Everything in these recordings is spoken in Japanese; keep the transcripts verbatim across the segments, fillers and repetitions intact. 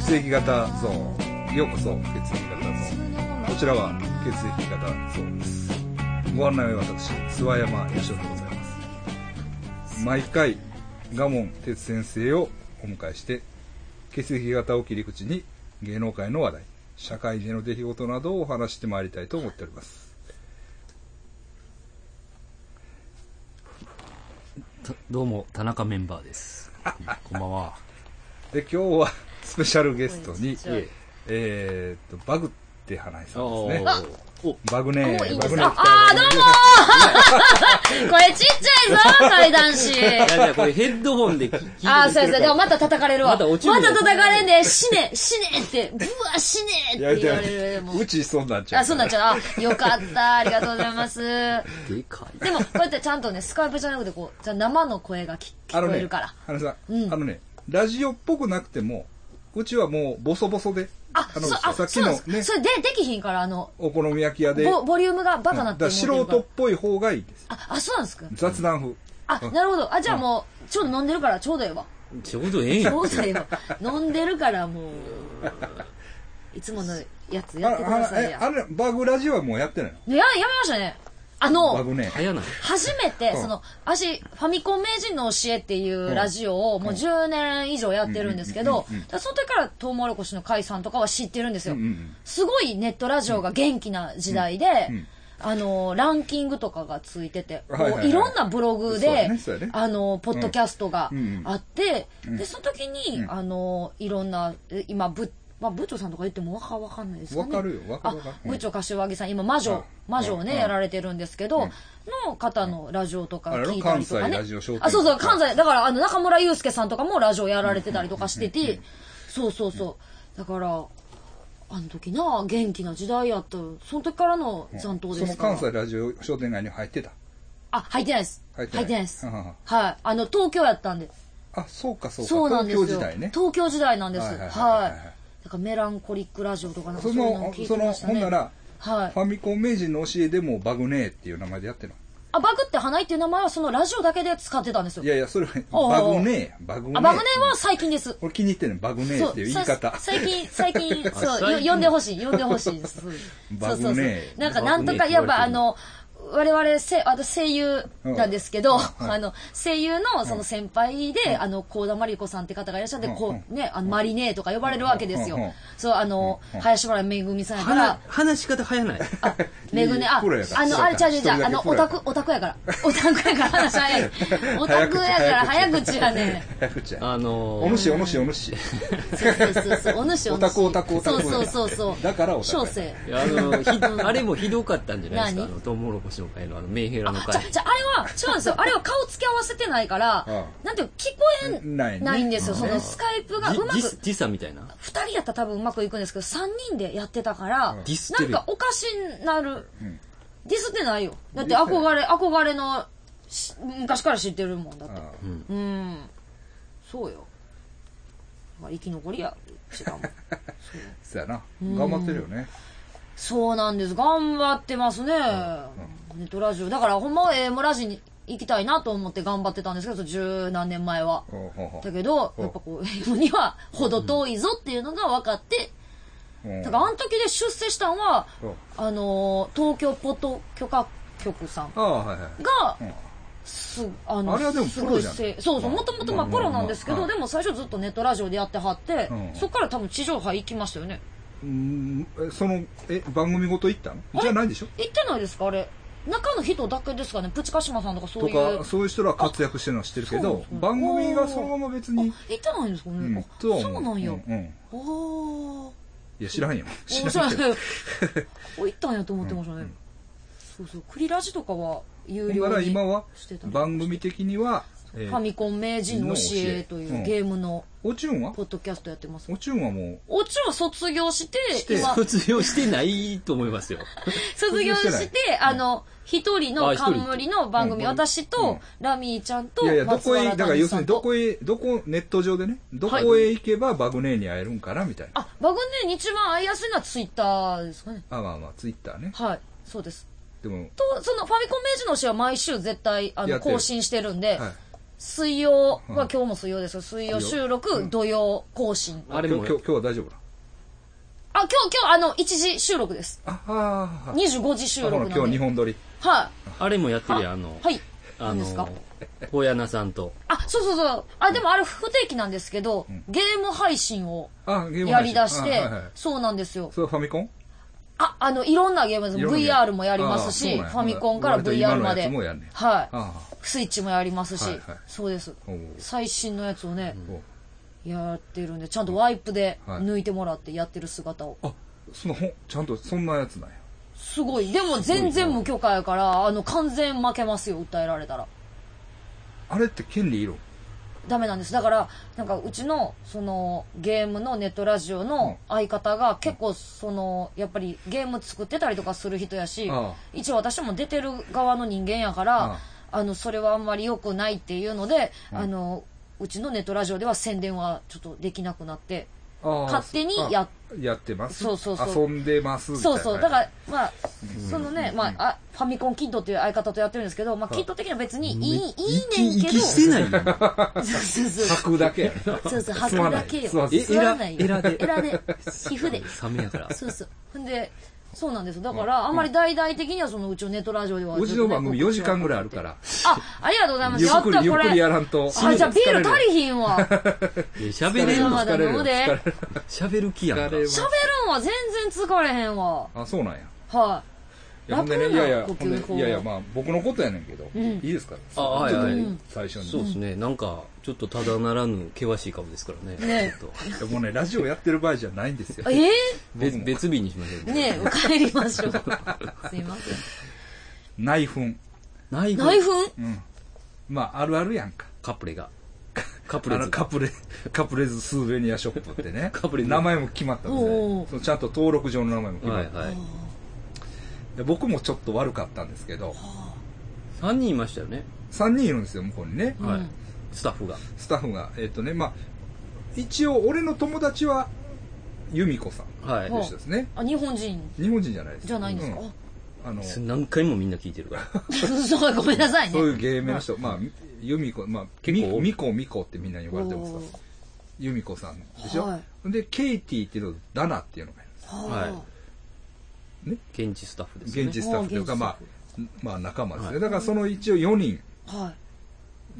血液型ゾーン、ようこそ血液型ゾーン。こちらは血液型ゾーンです。ご案内は私諏訪山義雄でございます。毎回賀門哲先生をお迎えして血液型を切り口に芸能界の話題、社会での出来事などをお話してまいりたいと思っております。 どうも田中メンバーです。こんばんは。 で今日はスペシャルゲストにえー、っとバグって花井さんですね。バグねー。バグねー。 ああ、どうもーこれちっちゃいぞ、階段師。いやいや、これヘッドホンで聞いてる。 ああ、そうです。でもまた叩かれるわ。また落ちる。 また叩かれんで、死ね、死ねって、ブワ死ねって言われる。 うちそうなっちゃう。 あ、そうなっちゃう。あ、よかった。ありがとうございます。でかい。 でも、こうやってちゃんとね、スカイプじゃなくて、こう、じゃ生の声が聞こえるから。 花井さん、うん、あのね、ラジオっぽくなくても、うちはもうボソボソで。 あ、 あのそあさっきのね、 それでできひんからあのお好み焼き屋でボ、ボリュームがバカなってる、うん、素人っぽい方がいいです。 あ、あ、そうなんですか。 雑談風。 あ、なるほど。あ、じゃあもう、うん、ちょうど飲んでるからちょうどええわ。 ちょうどええやん。 ちょうどええわ。飲んでるからもういつものやつやってくださいや。 あ、あ、あれバグラジオはもうやってないの？ いや、やめましたね。あの、 バグね、 初めて、その、私、ファミコン名人の教えっていうラジオをもうじゅうねん以上やってるんですけど、その時からトウモロコシの会さんとかは知ってるんですよ。すごいネットラジオが元気な時代で、あの、ランキングとかがついてて、こういろんなブログで、あの、ポッドキャストがあって、で、その時に、あの、いろんな、今、ぶまあ、部長さんとか言ってもわかわかんないですかね。 わかるよ、わかるわかる。 あ、部長柏木さん、今魔女、魔女をね、やられてるんですけど、の方のラジオとか聞いたりとかね。あ、そうそう、関西、だからあの中村祐介さんとかもラジオやられてたりとかしてて、そうそうそう。だから、あの時な、元気な時代やった。その時からの残党ですから。 その関西ラジオ商店街に入ってた？ あ、入ってないです。 入ってないです。はい。あの、東京やったんで。 あ、そうかそうか。 そうなんですよ。 東京時代ね。 東京時代なんです。はい。だからメランコリックラジオとかなんかそういうのを聞いてましたね。 その、ほんなら、 はい、 ファミコン名人の教えでもバグねーっていう名前でやってるの？ あ、バグって花井っていう名前はそのラジオだけで使ってたんですよ。 いやいや、それはバグねー。バグねー。 あ、バグねーは最近です。 これ気に入ってるの、バグねーっていう言い方。 最近、最近、そう、呼んでほしい、呼んでほしいです。 バグねー。なんかなんとか、やっぱあの、我々せあ声優なんですけど、うん、あの声優のその先輩で、うん、あの幸田真理子さんって方がいらっしゃって、うん、こうねあのマリネーとか呼ばれるわけですよ。うん、そうあの、うん、林原めぐみさんやから話し方早ない。 あめぐねああのあれちゃうちゃうあのオタクオタクやからオタクやから話早いオタクやから早口やね。 早口や。 あのー、お主お主お主。 そうそうそうそうお主お主。 オタクオタクオタク。 そうそうそうそう。 だからオタク。 小生。 あのあれもひどかったんじゃないですか。あのトウモロコシの会のあのメンヘラの会。 じゃじゃあれは違うんですよ。あれは顔つき合わせてないから、なんていう聞こえないんですよ。そのスカイプがうまく時差みたいな。 二人やったら多分うまくいくんですけど、三人でやってたから、なんかおかしになる。ディスってないよ。だって憧れ憧れの昔から知ってるもんだって。うん。そうよ。生き残りやしかも。 そうやな。頑張ってるよね。 そうなんです。頑張ってますね。ネットラジオ。だからほんまは エーエム ラジに行きたいなと思って頑張ってたんですけど、十何年前は。だけど、やっぱこう エーエム には程遠いぞっていうのが分かって、だからあの時で出世したんは、あの、東京ポッド許可局さんが、すあのあれはでもプロじゃん。 そうそう、もともとまあプロなんですけど、でも最初ずっとネットラジオでやってはって、そっから多分地上波行きましたよね。 うん、そのえ番組ごと行ったのじゃないでしょ。 行ってないですかあれ。中の人だけですかね。プチカシマさんとかそういうとかそういう人ら活躍してるのは知ってるけど、番組がそのまま別に行ってないんですかね。うん、あそうなんや。うんうん、あいや知らんよ。 知らんけど行ったんやと思ってましたね。うん、そうそうクリラジとかは有料に今は番組的には、 えー、ファミコン名人の教えというゲームのおちゅんはポッドキャストやってます。 おちゅんはもうおちゅんは卒業して今卒業してないと思いますよ。 卒業してあの一人の冠の番組、私とラミーちゃんと松原谷さん。いやいやどこへだから要するにどこへどこネット上でねどこへ行けばバグネーに会えるんかなみたいな。 あバグネーに一番会いやすいのはツイッターですかね。 あまあまあツイッターね。 はいそうです。 でもとそのファミコン名人の教えは毎週絶対あの更新してるんで。はい水曜は、今日も水曜ですよ。水曜収録、土曜更新。 あれも今日、今日は大丈夫なあ、今日、今日、あの、いちじ収録です。 ああ。 にじゅうごじ収録なんで。 今日にほん撮り。 はい。 あれもやってるやん、あの。 はい。 あの、ほやなさんと。 あ、そうそうそう。あ、でもあれ不定期なんですけど、ゲーム配信をやり出して、そうなんですよ。 それはファミコン？ あ、あの、いろんなゲームです。ブイアール もやりますし、ファミコンから ブイアール まで。はい。スイッチもやりますし、そうです。最新のやつをね、やってるんで、ちゃんとワイプで抜いてもらってやってる姿を。 あ、そのほちゃんとそんなやつなんや。 すごい。でも全然無許可やから、あの、完全負けますよ、訴えられたら。 あれって権利いる？ ダメなんです。だから、なんかうちの、その、ゲームのネットラジオの相方が結構、その、やっぱりゲーム作ってたりとかする人やし、一応私も出てる側の人間やから、あの、それはあんまり良くないっていうので、あの、うちのネットラジオでは宣伝はちょっとできなくなって、勝手にややってます。 そうそうそう。 遊んでますみたいな。 そうそう。だから、まあ、そのね、まあ、ファミコンキッドっていう相方とやってるんですけど、まあ、キッド的には別にいい、いいねんけど。 息してないよ。 そうそうそう。吐くだけ。 そうそう、吐くだけよ。吸わないよ。エラで。エラで。皮膚で。 サメやから。 そうそう。ほんで、そうなんです。だから、あんまり大々的にはそのうちのネットラジオでは。 うちの番組よじかんぐらいあるから。 あ、ありがとうございます。 ゆっくり、ゆっくりやらんと。 あ、じゃあビール足りひんわ。 喋れるまだ飲むで。 喋る気やんか。 喋るんは全然疲れへんわ。 あ、そうなんや。 はい。 いや、ほんでね、いやいや、ほんで、いやいや、まあ、僕のことやねんけど、いいですか？ あ、はいはい。 最初に。 そうですね。なんか、ちょっとただならぬ険しい顔ですからね。 ねもうね、ラジオやってる場合じゃないんですよ。 え別別日にしましょう。 ねえ、帰りましょう。すいません。 内紛。 内紛？ 内紛？ うん。まあ、あるあるやんか。 カプレが。カプレズ。 カプレ、カプレズスーベニアショップってね。カプレ名前も決まったんですね。ちゃんと登録上の名前も決まった。はいはい。僕もちょっと悪かったんですけど、 さんにんいましたよね。 さんにんいるんですよ、向こうにね。 はい。スタッフが。 スタッフが。えっとね、まあ、一応、俺の友達は、由美子さんでしたですね。 あ、日本人日本人じゃないです。 じゃないんですか？ あの、何回もみんな聞いてるから。 そう、ごめんなさいね。 そういう芸名の人、まあ、由美子、まあ、結構、美子美子ってみんなに呼ばれてますから。由美子さんでしょ。で、ケイティっていうのとダナっていうのがいるんです。はい。 ね、現地スタッフですね。 現地スタッフというか、まあ、まあ仲間ですね。はい、だからその一応よにん。 はい。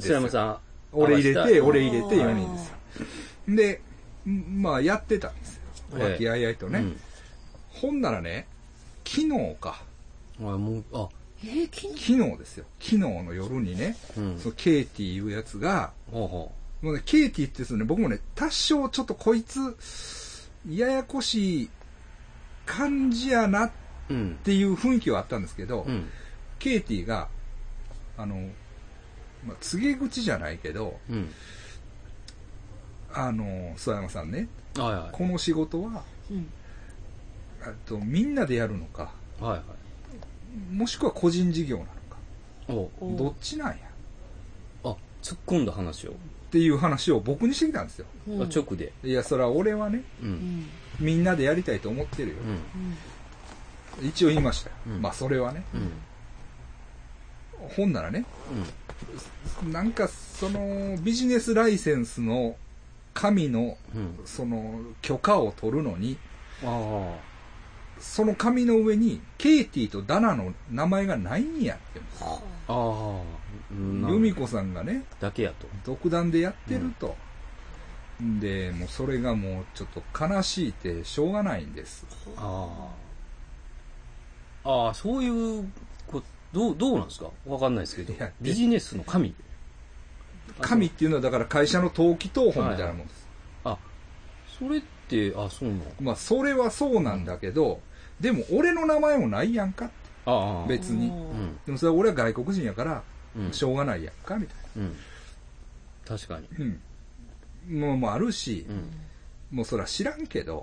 須山さん。 俺入れて、俺入れてよにんですよ。で、まあやってたんですよ。和気あいあいとね。うん、ほんならね、昨日か。 あ、もう、あ、 えー、昨日昨日ですよ。昨日の夜にね、うん、そのケイティいうやつが、ほうほうもうね、ケイティってですね、僕もね、多少ちょっとこいつ、ややこしい、感じやなっていう雰囲気はあったんですけど、うん、ケイティがあの、まあ、告げ口じゃないけど、うん、あの諏訪山さんね、はいはい、この仕事は、うん、あとみんなでやるのか、はいはい、もしくは個人事業なのか、おどっちなんや、 あ、突っ込んだ話をっていう話を僕にしてきたんですよ、 うん、直で。 いや、それは俺はね、うんみんなでやりたいと思ってるよ、うん、一応言いましたよ、うん、まあそれはね、うん、ほんならね、うん、なんかそのビジネスライセンスの紙の、うん、その許可を取るのに、あその紙の上にケイティとダナの名前がないんやってああ由美子さんがねだけやと独断でやってると、うんでもうそれがもうちょっと悲しいってしょうがないんです。ああ、ああ、そういうこどうどうなんですか？わかんないですけど、ビジネスの神。 神っていうのはだから会社の登記謄本みたいなもんです。 はい、あ、それってあそうなの？ まあそれはそうなんだけど、うん、でも俺の名前もないやんかって。ああ別に、うん。でもそれは俺は外国人やから、うん、しょうがないやんかみたいな。うん、 確かに。 うんもうもあるし、うん、もうそれは知らんけど、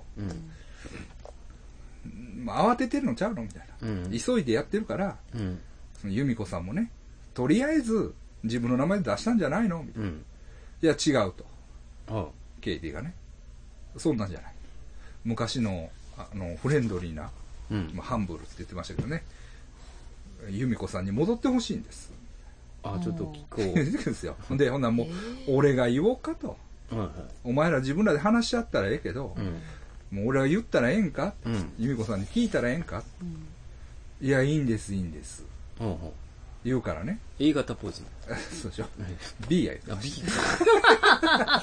うん、まあ、慌ててるのちゃうのみたいな、うん、急いでやってるから、うん、その由美子さんもねとりあえず自分の名前で出したんじゃないのみたいな、うん、いや違うと、ああケイティがねそんなんじゃない昔のあのフレンドリーな、うんまあ、ハンブルって言ってましたけどね由美子さんに戻ってほしいんです。ああ、ちょっと聞こう。 言ってくるんですよ。で、ほんならもう、俺が言おうかと。 はいはい。 お前ら自分らで話し合ったらええけど、 うん、 もう俺が言ったらええんか、 うん、 由美子さんに聞いたらええんか、うん、いや、いいんです、いいんです。うんうん、言うからね。 A 型ポーズ。 そうでしょ。B や言うてました。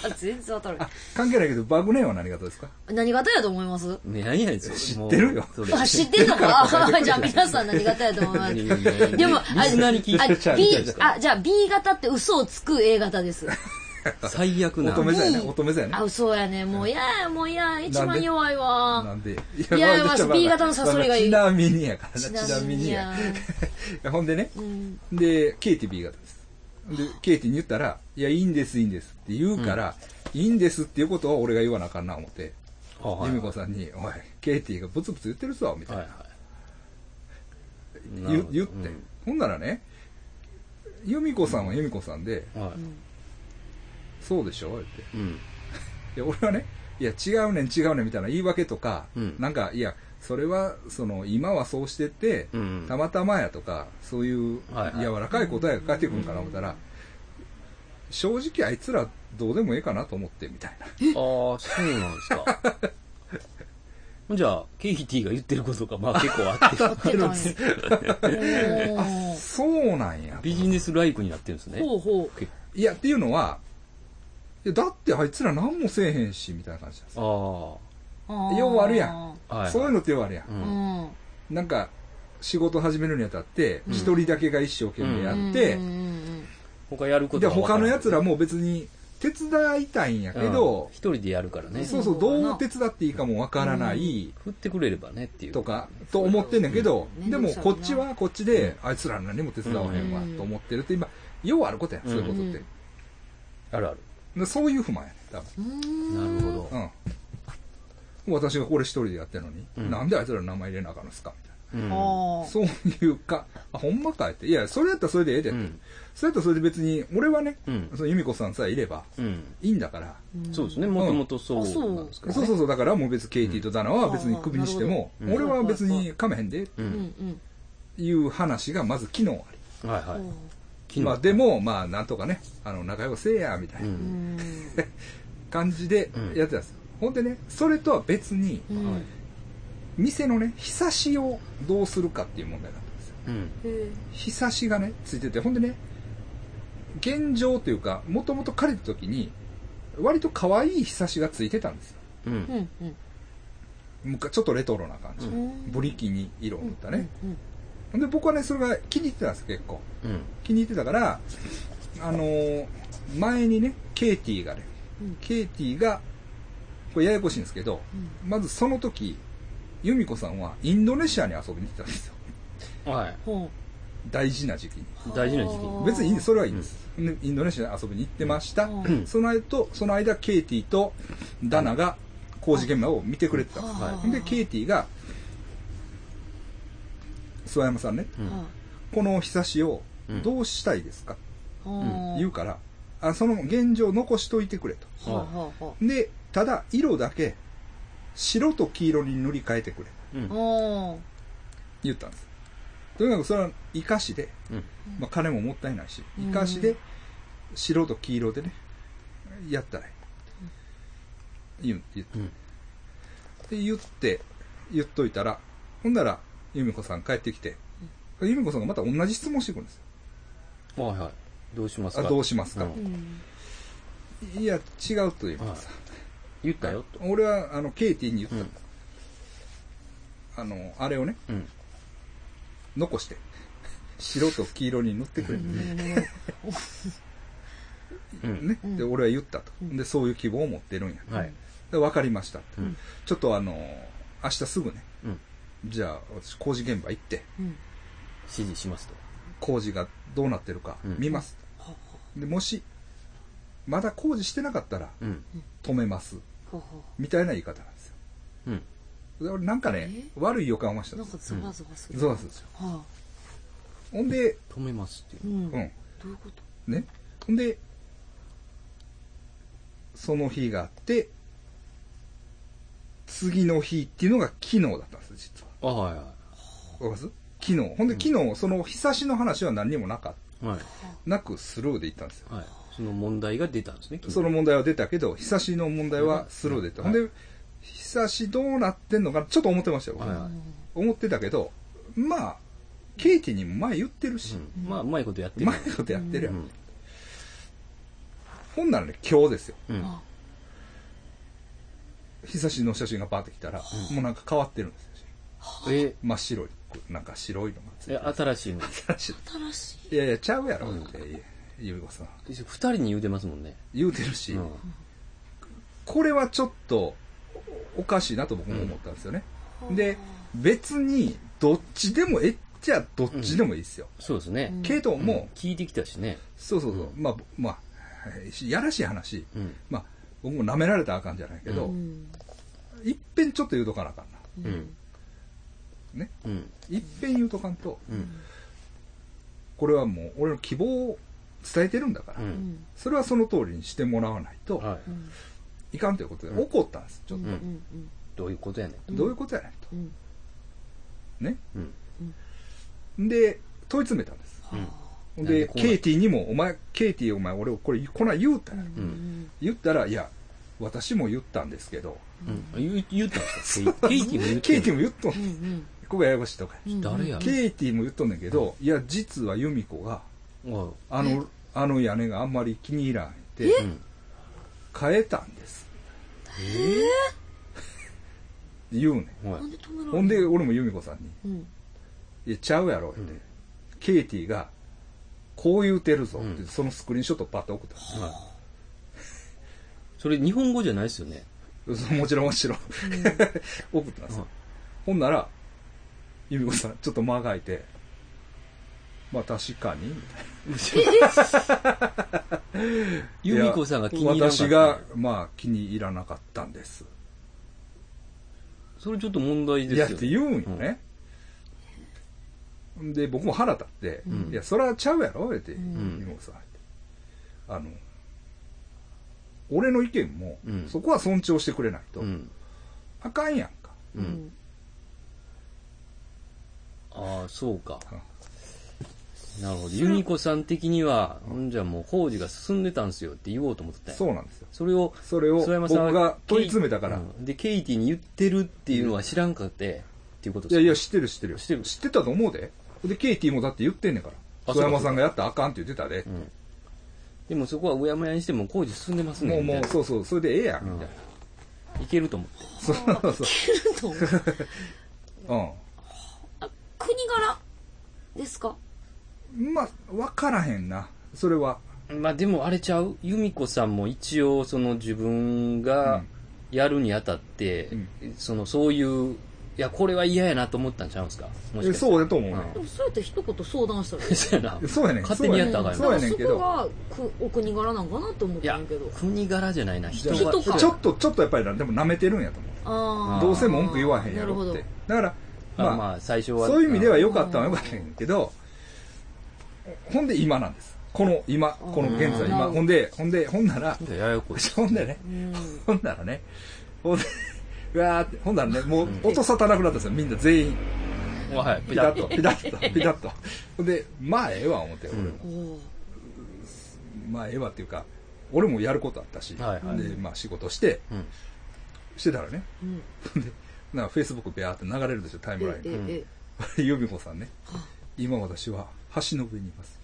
全然当たる。 関係ないけど、バグネーは何型ですか？ 何型やと思います？ ね、何やねん、 知ってるよ。 あ、知ってんのかじゃあ皆さん何型やと思います。でも、あ、B、あ、じゃあ B 型って嘘をつく A 型です。 最悪な。 乙女座やね。乙女座やね。 あ、そうやね。もう、いやもういや、一番弱いわ。 なんでいや、いや、B 型のサソリがいい。 ちなみにやからな、ちなみにや。ほんでね、で、ケイティ B 型です。で、ケイティに言ったら、いや、いいんです、いいんですって言うから、いいんですっていうことを俺が言わなあかんな思って、由美子さんに、おい、ケイティがブツブツ言ってるぞ、みたいな。言って。ほんならね、由美子さんは由美子さんで、そうでしょって、うん、いや俺はね、いや違うねん違うねんみたいな言い訳とか、うん、なんかいやそれはその今はそうしてて、うん、たまたまやとかそういう柔らかい答えが返ってくるかな思ったら、正直あいつらどうでもええかなと思ってみたいな。ああ、 そうなんですか。じゃあケイティが言ってることがまあ結構あって合ってるんです。 あ、そうなんや。 ビジネスライクになってるんですね。 ほうほう。いやっていうのは。だってあいつら何もせえへんしみたいな感じなんですよ。ああ。ようあるやん。はい、そういうのってようあるやん。うん、なんか仕事始めるにあたって一、うん、人だけが一生懸命やって、うん、 他やることが分からない。で他のやつらも別に手伝いたいんやけど、 一、うん、人でやるからね。 そうそう、どう手伝っていいかも分からない。 振ってくれればねっていう。 とかと思ってんねんけど、でもこっちはこっちであいつら何も手伝わへんわと思ってるって今ようあることやん、そういうことって。 あるある。 そういう不満やね多分。なるほど。 うん。私がこれ一人でやってるのに、うん、なんであいつらの名前入れなあかんのですかみたいな。うん、そういうか、あ、ほんまかって。いや、それやったらそれでええでって。うん、それやったらそれで別に、俺はね、うん、その由美子さんさえいれば、うん、いいんだから。 うん、そうですね、もともとそうなんですか、ね、 そうそうそう、だからもう別にケイティとダナは別にクビにしても、うん、俺は別にかめへんで、っていう話がまず昨日あり。はいはい。まあでもまあなんとかねあの仲良くせえやみたいな、うん、感じでやってたんですよ、うん、ほんでねそれとは別に、うん、店のねひさしをどうするかっていう問題だったんですよ、うん、ひさしがねついててほんでね現状というかもともと借りた時に割と可愛いひさしがついてたんですよ、うんうん、ちょっとレトロな感じ、うん、ブリキに色を塗ったね、うんうんで僕はねそれが気に入ってたんです結構、うん、気に入ってたからあのー、前にねケイティがね、うん、ケイティがこれややこしいんですけど、うん、まずその時由美子さんはインドネシアに遊びに行ってたんですよ、はい、大事な時期に大事な時期に別にいいんですそれはいいんです、うん、インドネシアに遊びに行ってました、うん、その間その間ケイティとダナが工事現場を見てくれてたんです、はい、でケイティが諏訪山さんね、うん、このひさしをどうしたいですか、うん、言うからあその現状残しといてくれと、うん、でただ色だけ白と黄色に塗り替えてくれ、うん、言ったんですとにかくそれは生かしで、うんまあ、金ももったいないし生かしで白と黄色でねやったらいい、うん、言って、うん、で言って言っといたらほんなら由美子さん帰ってきて、うん、由美子さんがまた同じ質問してくるんですよ。はいはい。どうしますか。 あどうしますか。うん、いや違うというかさ、はい、 言ったよと。 俺はあのケイティに言った、うん、あのあれをね、うん、残して白と黄色に塗ってくれ、うんね、で俺は言ったと。でそういう希望を持ってるんや。はい、で分かりました、うん。ちょっとあの明日すぐね。うんじゃあ私工事現場行って、うん、 指示しますと工事がどうなってるか見ます、うん、でもしまだ工事してなかったら、うん、止めます、うん、みたいな言い方なんですよ、うん、なんかね悪い予感はしたんですなんかゾワゾワするゾワゾワですよ、はあ、ほんで止めますっていう、 うん、うん、どういうことねほんでその日があって次の日っていうのが昨日だったんです実は。あはいはい。わかります？昨日。ほんで昨日、その日差しの話は何にもなかっはい。 なくスルーでいったんですよ。 はい。その問題が出たんですね。 その問題は出たけど、久しの問題はスルーでいった。 はいほんで、久しどうなってんのかなちょっと思ってましたよ。 はいはい。 思ってたけど、まあ、ケイティにも前言ってるし、 うん、まあ、うまいことやってる。 うまいことやってるやん。 うん。 ほんならね、今日ですよ。 うん。 久しの写真がパーってきたら、もうなんか変わってるんですよ。 え、 真っ白い、なんか白いのがついてえ、 る。 新しいの。 新しい。 新しい。 いやいや、ちゃうやろって、ゆみこさん。 二人に言うてますもんね。 言うてるし、 うん。 これはちょっとおかしいなと僕も思ったんですよね。で、別にどっちでもえっちゃどっちでもいいですよ。 そうですね。 けども、 聞いてきたしね。 そうそうそう、まあ、まあ、やらしい話、 うん。 まあ、僕も舐められたらあかんじゃないけど、 うん。 いっぺんちょっと言うとかなあかんな。 うん。 ね。 うん。 いっぺん言うとかんと、 うん。 これはもう俺の希望を伝えてるんだから、 うん。 それはその通りにしてもらわないとはい。 いかんということで怒ったんです、ちょっと。 うんどういうことやねん。 どういうことやねんと。 うん。 ね。 うん。 で、問い詰めたんです。 うん。 で、 なんでこうなケイティにも、お前、ケイティお前、俺、これ、こない言うたやん。 うん。 言ったら、いや、私も言ったんですけど、 うん。言言ったんですかケイティも言ってケイティんも言っとんねん。 うん。 ここがややこしいとか。 うん。 誰やケイティも言っとんねんけど、いや、実は由美子が、 のあの、あの屋根があんまり気に入らんって、 うん。 変えたんです。言うねん。 はいなんで止められほんで、俺も由美子さんに、 うん。 いや、ちゃうやろ、って。 うんケイティが、こう言うてるぞって、 うんそのスクリーンショットパッと送ったんです。 はい。それ日本語じゃないですよね。 そうもちろんもちろん送ったんですよ、 はいほんなら由美子さんちょっと間が空いてまあ確かにみたいな由美子さんが気に入らなかった。 私がまあ気に入らなかったんですそれちょっと問題ですよね。 いやって言うんよね、で僕も腹立って、 うんいやそれはちゃうやろって、 ん由美子さんあの俺の意見も、 うんそこは尊重してくれないと、 うん。 あかんやんか、 う。 うんん。 ああ、そうかうん。 なるほど。由美子さん的には、ほんじゃもう工事が進んでたんすよって言おうと思ってたんやそうなんですよそれを、 それを諏訪山さんは僕が問い詰めたから、 うんで、ケイティに言ってるっていうのは知らんかって、っていうことですかいやいや、知ってる知ってるよ。 知ってる知ってたと思うで。で、ケイティもだって言ってんねんから。 あ曽山さんがやったらあかんって言ってたで。 うん。でもそこはうやむやにしても工事進んでますね。 もうもう、 みたいそうそう、それでええやん、みたいないけると思って。 な。そうそう。 いけると思う。 う国柄ですか？ ん。まあ、わからへんな。それは。 まあでもあれちゃう由美子さんも一応その自分がやるにあたって、 うんそのそういう、いやこれは嫌やなと思ったんちゃうんですかもしえかしたらそうやと思うね。 でもそうやって一言相談したらいい。 そうやな。 そうやねん。 勝手にやったらあかんよそうやねんけど。 そこがくお国柄なんかなと思っいやたんやけど。 国柄じゃないな。人じゃあ人かちょっと、ちょっとやっぱりな、でも舐めてるんやと思う。 ああ。 どうせ文句言わへんやなるほどろって。だから、 まあまあ、 まあ最初は。 そういう意味では良かったのは良かったんやけど、ほんで今なんです。この今、この現在、今。ほんで、ほんで、ほんなら、 うんややこしい。 ほんでね、 うん。 ほんならね、ほんで、うわーって、ほんならね、もう音沙汰なくなったんですよ、みんな全員。 はい、 ピタッと、ピタッと、ピタッと。ほんで、まあええわ、思って、俺も。 おーまあええわっていうか、俺もやることあったし、 はいはいで、まあ仕事して、 うん。 してたらね、 うん。 で、なんかフェイスブックビャーって流れるでしょ、タイムラインに。 えええ由美子さんね、今私は橋の上にいます。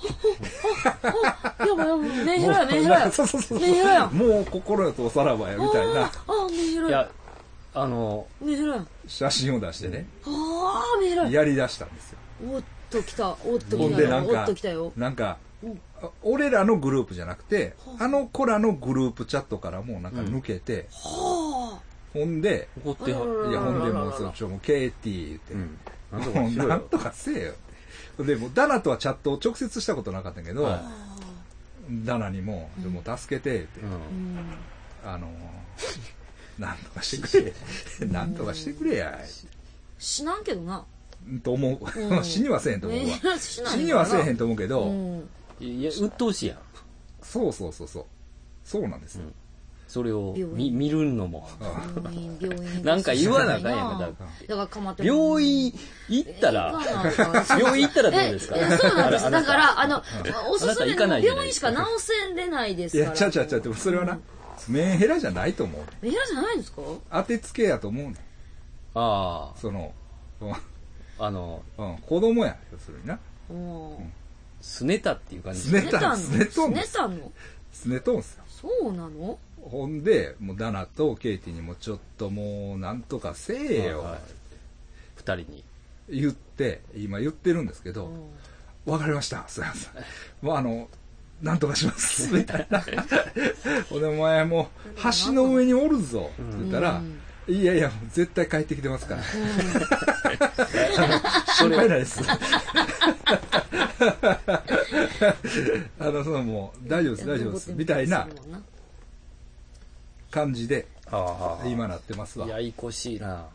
え。やばいやばい。メンヘラや、メンヘラや。 そうそうそう。 メンヘラや。 もう心よとおさらばや、みたいなああ、メンヘラや。 いや、あの、 メンヘラや。 写真を出してね、 ああ、メンヘラや。 やり出したんですよ。 おっと来た、おっとほん来たよ。おっでなんかと来たよ。、 なんかうん、 あ俺らのグループじゃなくては、ああの子らのグループチャットからもなんか抜けて、 はほんで、 怒っては、 あらららいや、ほんでもう、 あらららそっちもケイティ言って、 うん。なんとかもうしろよなんとかせえよって。で、もうダナとはチャットを直接したことなかったけど、 はいあ。 ダナにも、でも助けてって、 うんうん。 あのー、なんとかしてくれ、なんとかしてくれや、 死なんけどな。 と思う。 うん死にはせえへんと思うわ。 メンヘラ死なん死にやからなはせえへんと思うけど、 うん。 いや、鬱陶しいやん。 そうそうそうそう。そうなんですよ。 うんそれを病院見見るのも。 病院、病院。 なんか言わなあかんやんか、だだからかまって病院行ったら、病院行ったらどうですか？ ええそうなんです。だから、あの、おすすめのあなた行かないじゃな病院しいですかか治せんでないですいや、 から。 ちゃうちゃうちゃう、でもそれはな、メンヘラじゃないと思う。 メンヘラじゃないんですか？ 当てつけやと思うねん。 あその、うんあ、あの、 うん、子供や、要するにな。 うん。 すねたっていう感じすねたん、すねとんです。 すねたのすねとんすよ。 そうなの？ ほんで、もうダナとケイティにもちょっともうなんとかせえよ、 はいはい二人に。 言って、今言ってるんですけど、わかりました、すいません。もうあの、なんとかします、みたいな。ほんで、お前もう橋の上におるぞ、って言ったら、いやいや、絶対帰ってきてますから。心配ないです。あの、そのもう、大丈夫です、大丈夫です、みたいな感じで、 ああ、 今なってますわ。 やいこしいな。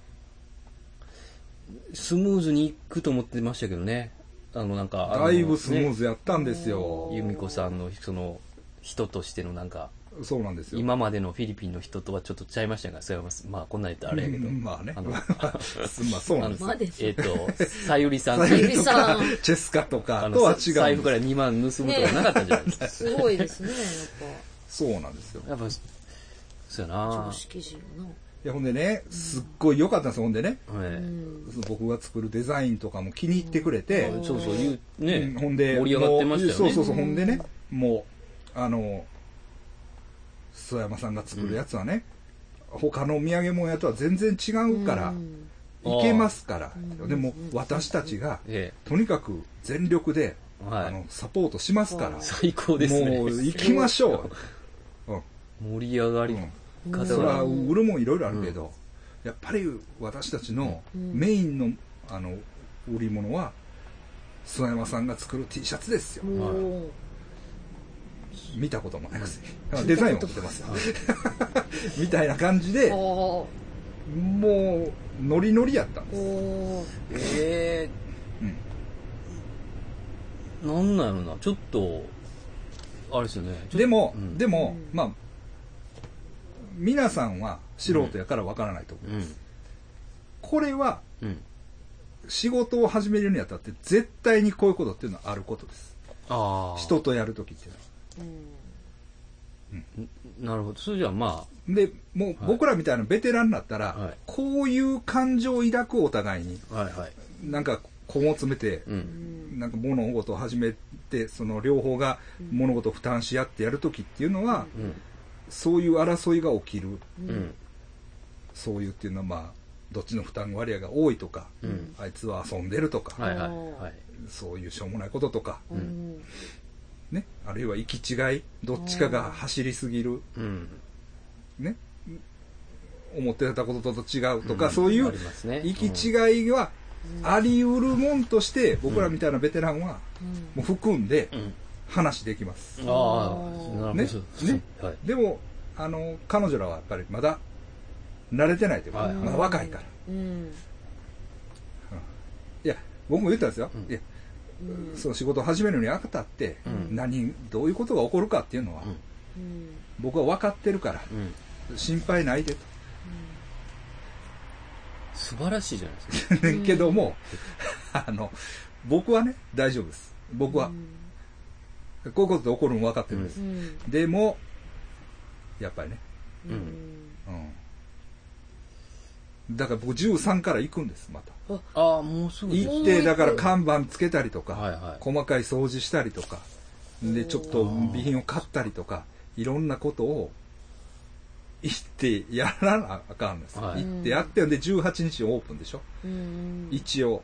スムーズにいくと思ってましたけどね。あの、なんか、あのだいぶスムーねズやったんですよ。 由美子さんの、その、人としてのなんか、 そうなんですよ。 今までのフィリピンの人とはちょっとちゃいましたが、それはまあこんなん言ったらあれやけど。 うんまあね。 あのまあそうなんですよ。 まあですえっ、と、さゆりさんさゆりさんチェスカとあかのとは違う。 財布からにまん盗むとかなかったじゃないですか。 すごいですね、やっそうなんですよ。 やっぱ、そうやぱ。 な常識人の。 いや、ほんでね、すっごい良かったんですよ、ほんでね。 はいうん。 僕が作るデザインとかも気に入ってくれて、 うんそうそう、言う、ね、 うんほんで、 盛り上がってましたよね。 もうそうそうそう、ほんでね、もう、あの、須山さんが作るやつはね、他の土産物屋とは全然違うから、 うんいけますから、 うんでも私たちが、 えとにかく全力で、 はいあのサポートしますから、 え、最高ですね。 もう行きましょう。うん盛り上がりうん方それはが。 売るもんいろいろあるけど、やっぱり私たちのメインの、あの売り物は諏訪山さんが作る T シャツですよ。 もう、 見たこともないくせにデザインを見てますよみたいな感じでおもうノリノリやったんです、 おえうん、 ー、なんなんやろな。ちょっと、あれですよね。ちょっとでも、 うんでも、まあ皆さんは素人やからわからないと思う、 うん。 これはうん。 仕事を始めるにあたって絶対にこういうことっていうのはあることです。 ああ。 人とやるときっていうのは。 なるほど。それじゃあまでもう僕らみたいなベテランになったら、 はいこういう感情を抱くお互いにあ、はいはい。 なんか根を詰めて、 うん。 なんか物事を始めてその両方が物事を負担し合ってやるときっていうのは、 うん。 そういう争いが起きる、 うん。 そういうっていうのはまあどっちの負担割合が多いとか、 うんあいつは遊んでるとか、 はいはいはい。 そういうしょうもないこととか、 うんね、あるいは行き違いどっちかが走りすぎる、 うん。 ね、思ってたことと違うとか、 うんそういうありますね行き違いはあり得るもんとして、僕らみたいなベテランはもう含んでうん。 話できます、 ああ、なるねほど。 ねはい。 でもあの彼女らはやっぱりまだ慣れてないというか、 はいまだ若いから、 うんいや僕も言ったんですよ、 うんいやその仕事を始めるにあたって、 うん何どういうことが起こるかっていうのは、 うんうん僕は分かってるからうん。 心配ないでと素晴らしいじゃないですか。 ねんけども、あの僕はね大丈夫です僕は、こういうことで起こるの分かってるんです、 うんでもやっぱりね、 うんうん、だから僕じゅうさんから行くんですまたああ、もうすぐです。 行ってだから看板つけたりとか、 はいはい細かい掃除したりとかでちょっと備品を買ったりとかいろんなことを行ってやらなあかんんです、 はい行ってやってんでじゅうはちにちオープンでしょ、 うん一応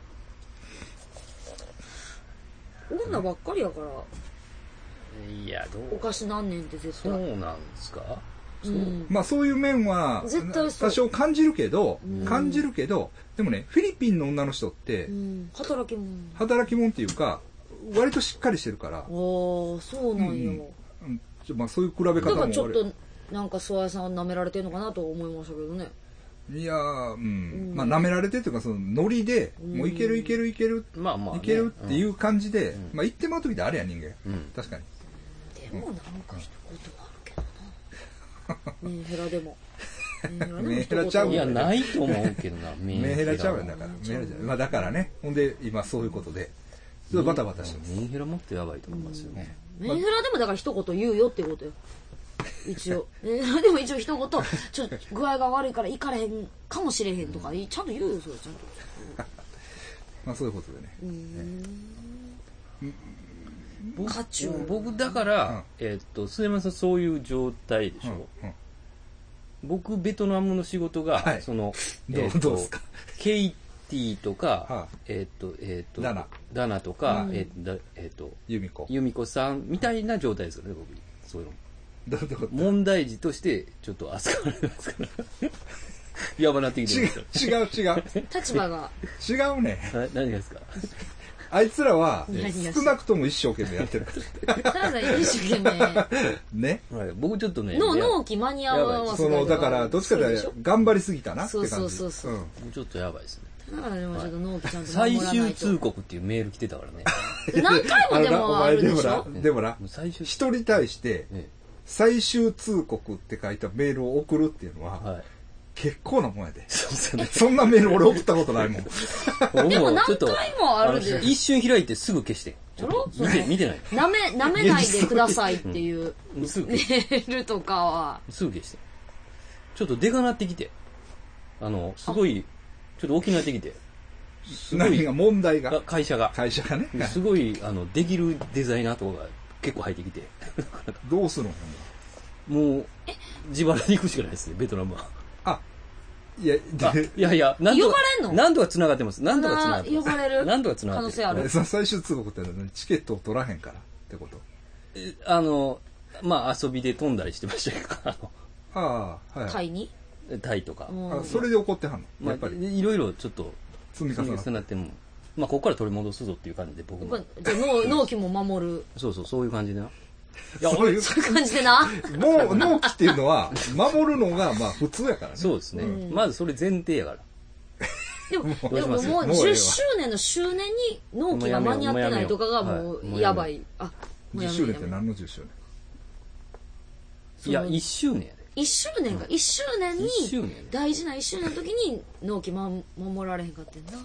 女ばっかりやからいや、どうお菓子なんねんって絶そ対うなんですか。 うんまあそういう面は絶対そう多少感じるけど、 うん感じるけどでもねフィリピンの女の人ってうん働きも働き者っていうか割としっかりしてるから、 ああそうなんやうんちょまあ、そういう比べ方だもからちょっとなんか諏訪屋さんは舐められてるのかなと思いましたけどねいやー、うんうんまあ舐められてっていうかそのノリで、もういけるいけるいける、 まあまあねいけるっていう感じで、 んまあ言ってまう時であれや人間、 うん確かにでもなんか一言はあるけどメンヘラでも。 メンヘラちゃういや、ないと思うけどな、 メンヘラちゃうよ、だから。メンヘラちゃう。まあだからね。ほんで、今そういうことで、ちょっとバタバタしてます。 メンヘラもっとやばいと思いますよね。 メンヘラでもだから一言言うよってことよ。一応。メンヘラでも一応一言、ちょっと具合が悪いから行かれへんかもしれへんとか、ちゃんと言うよ、それ、ちゃんと。 まあそういうことでね。 僕僕だから、えっと、須山さんそういう状態でしょ。僕、ベトナムの仕事が、その、 どうですか。 ケイティとか、えっと、えっと、 ダナ。 ダナとか、えっと、 ユミコ。 ユミコさんみたいな状態ですよね、僕。そういうの。 どういうこと？ 問題児として、ちょっと扱われますから。やばなってきてるんですよ。違う違う。 立場が。 違うね。 何がですか？ あいつらは、少なくとも一生懸命やってるから。ただ一生懸命。ね。 僕ちょっとね。 の納期間に合わせその、だから、どっちかで頑張りすぎたなって感じ。 そうそうそう。 ちょっとやばいですね。 だからでもちょっと納期ちゃんと守らないと。 最終通告っていうメール来てたからね。 何回もでもあるでしょ。 でもな、人に対して、最終通告って書いたメールを送るっていうのは、結構なもんやで。そんなメール俺送ったことないもん。 でも何回もあるで。 一瞬開いてすぐ消して。見て、見てない。 なめ、なめないでくださいっていうメールとかは。 すぐ消して。ちょっとでかなってきて。あの、すごい、ちょっと大きなってきて。 何が問題が会社が。 会社がね。 すごい、あの、できるデザイナーとかが結構入ってきて。 どうするの？ もう、自腹に行くしかないですね、ベトナムは。 あ、いや、いやいや、 なんとか、 なんとか繋がってます。なんとか繋がってます。 呼ばれるなんとか繋がってる。可能性ある。 最終通告ってチケットを取らへんからってこと？ あの、まあ遊びで飛んだりしてましたけど、 ああ、はい。 タイに？ タイとか。 あ、それで怒ってはんの？ やっぱり。いろいろちょっと、 積み重なっても、まあここから取り戻すぞっていう感じで僕も。 じゃあ納期も守る。 そうそう、そういう感じでな。 いや、そういう感じでな。 もう、納期っていうのは、守るのが、まあ、普通やからね。 そうですね。まずそれ前提やから。 でも、でももうじゅっしゅうねんの周年に納期が間に合ってないとかがもう、やばい。あ、 じゅっしゅうねんって何のじゅっしゅうねん？いや、いっしゅうねんやで。 いっしゅうねんか。いっしゅうねんに、大事ないっしゅうねんの時に納期守られへんかってんな。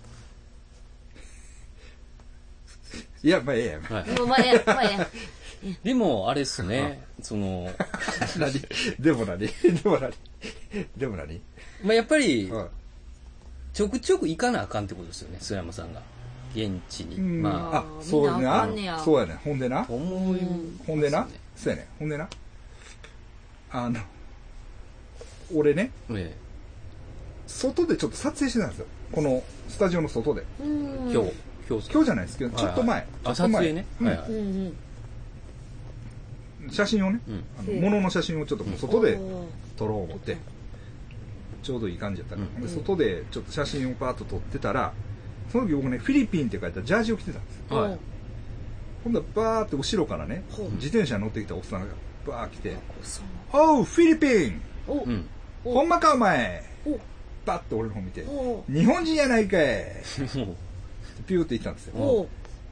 いや、まあ、ええやん。 まあ、ええやん。まあ、ええやん。 でも、あれっすね、その、 何でも何でも何でも何まあやっぱり、ちょくちょく行かなあかんってことですよね、須山さんが。現地に。まあ、あ、そうやな。そうやね。ほんでな。ほんでな。そうやね。ほんでな。あの、俺ね、外でちょっと撮影してたんですよ。このスタジオの外で。 今日。 今日じゃないですけど、ちょっと前。 あ、撮影ね。 写真をね、物の写真をちょっと外で撮ろう思って、ちょうどいい感じやったから、外でちょっと写真をパーッと撮ってたら、その時僕ね、フィリピンって書いたジャージを着てたんですよ。今度はバーって後ろからね、自転車に乗ってきたおっさんがバー来て、おう、フィリピンほんまかお前バッて俺の方見て、日本人やないかいピューって言ったんですよ。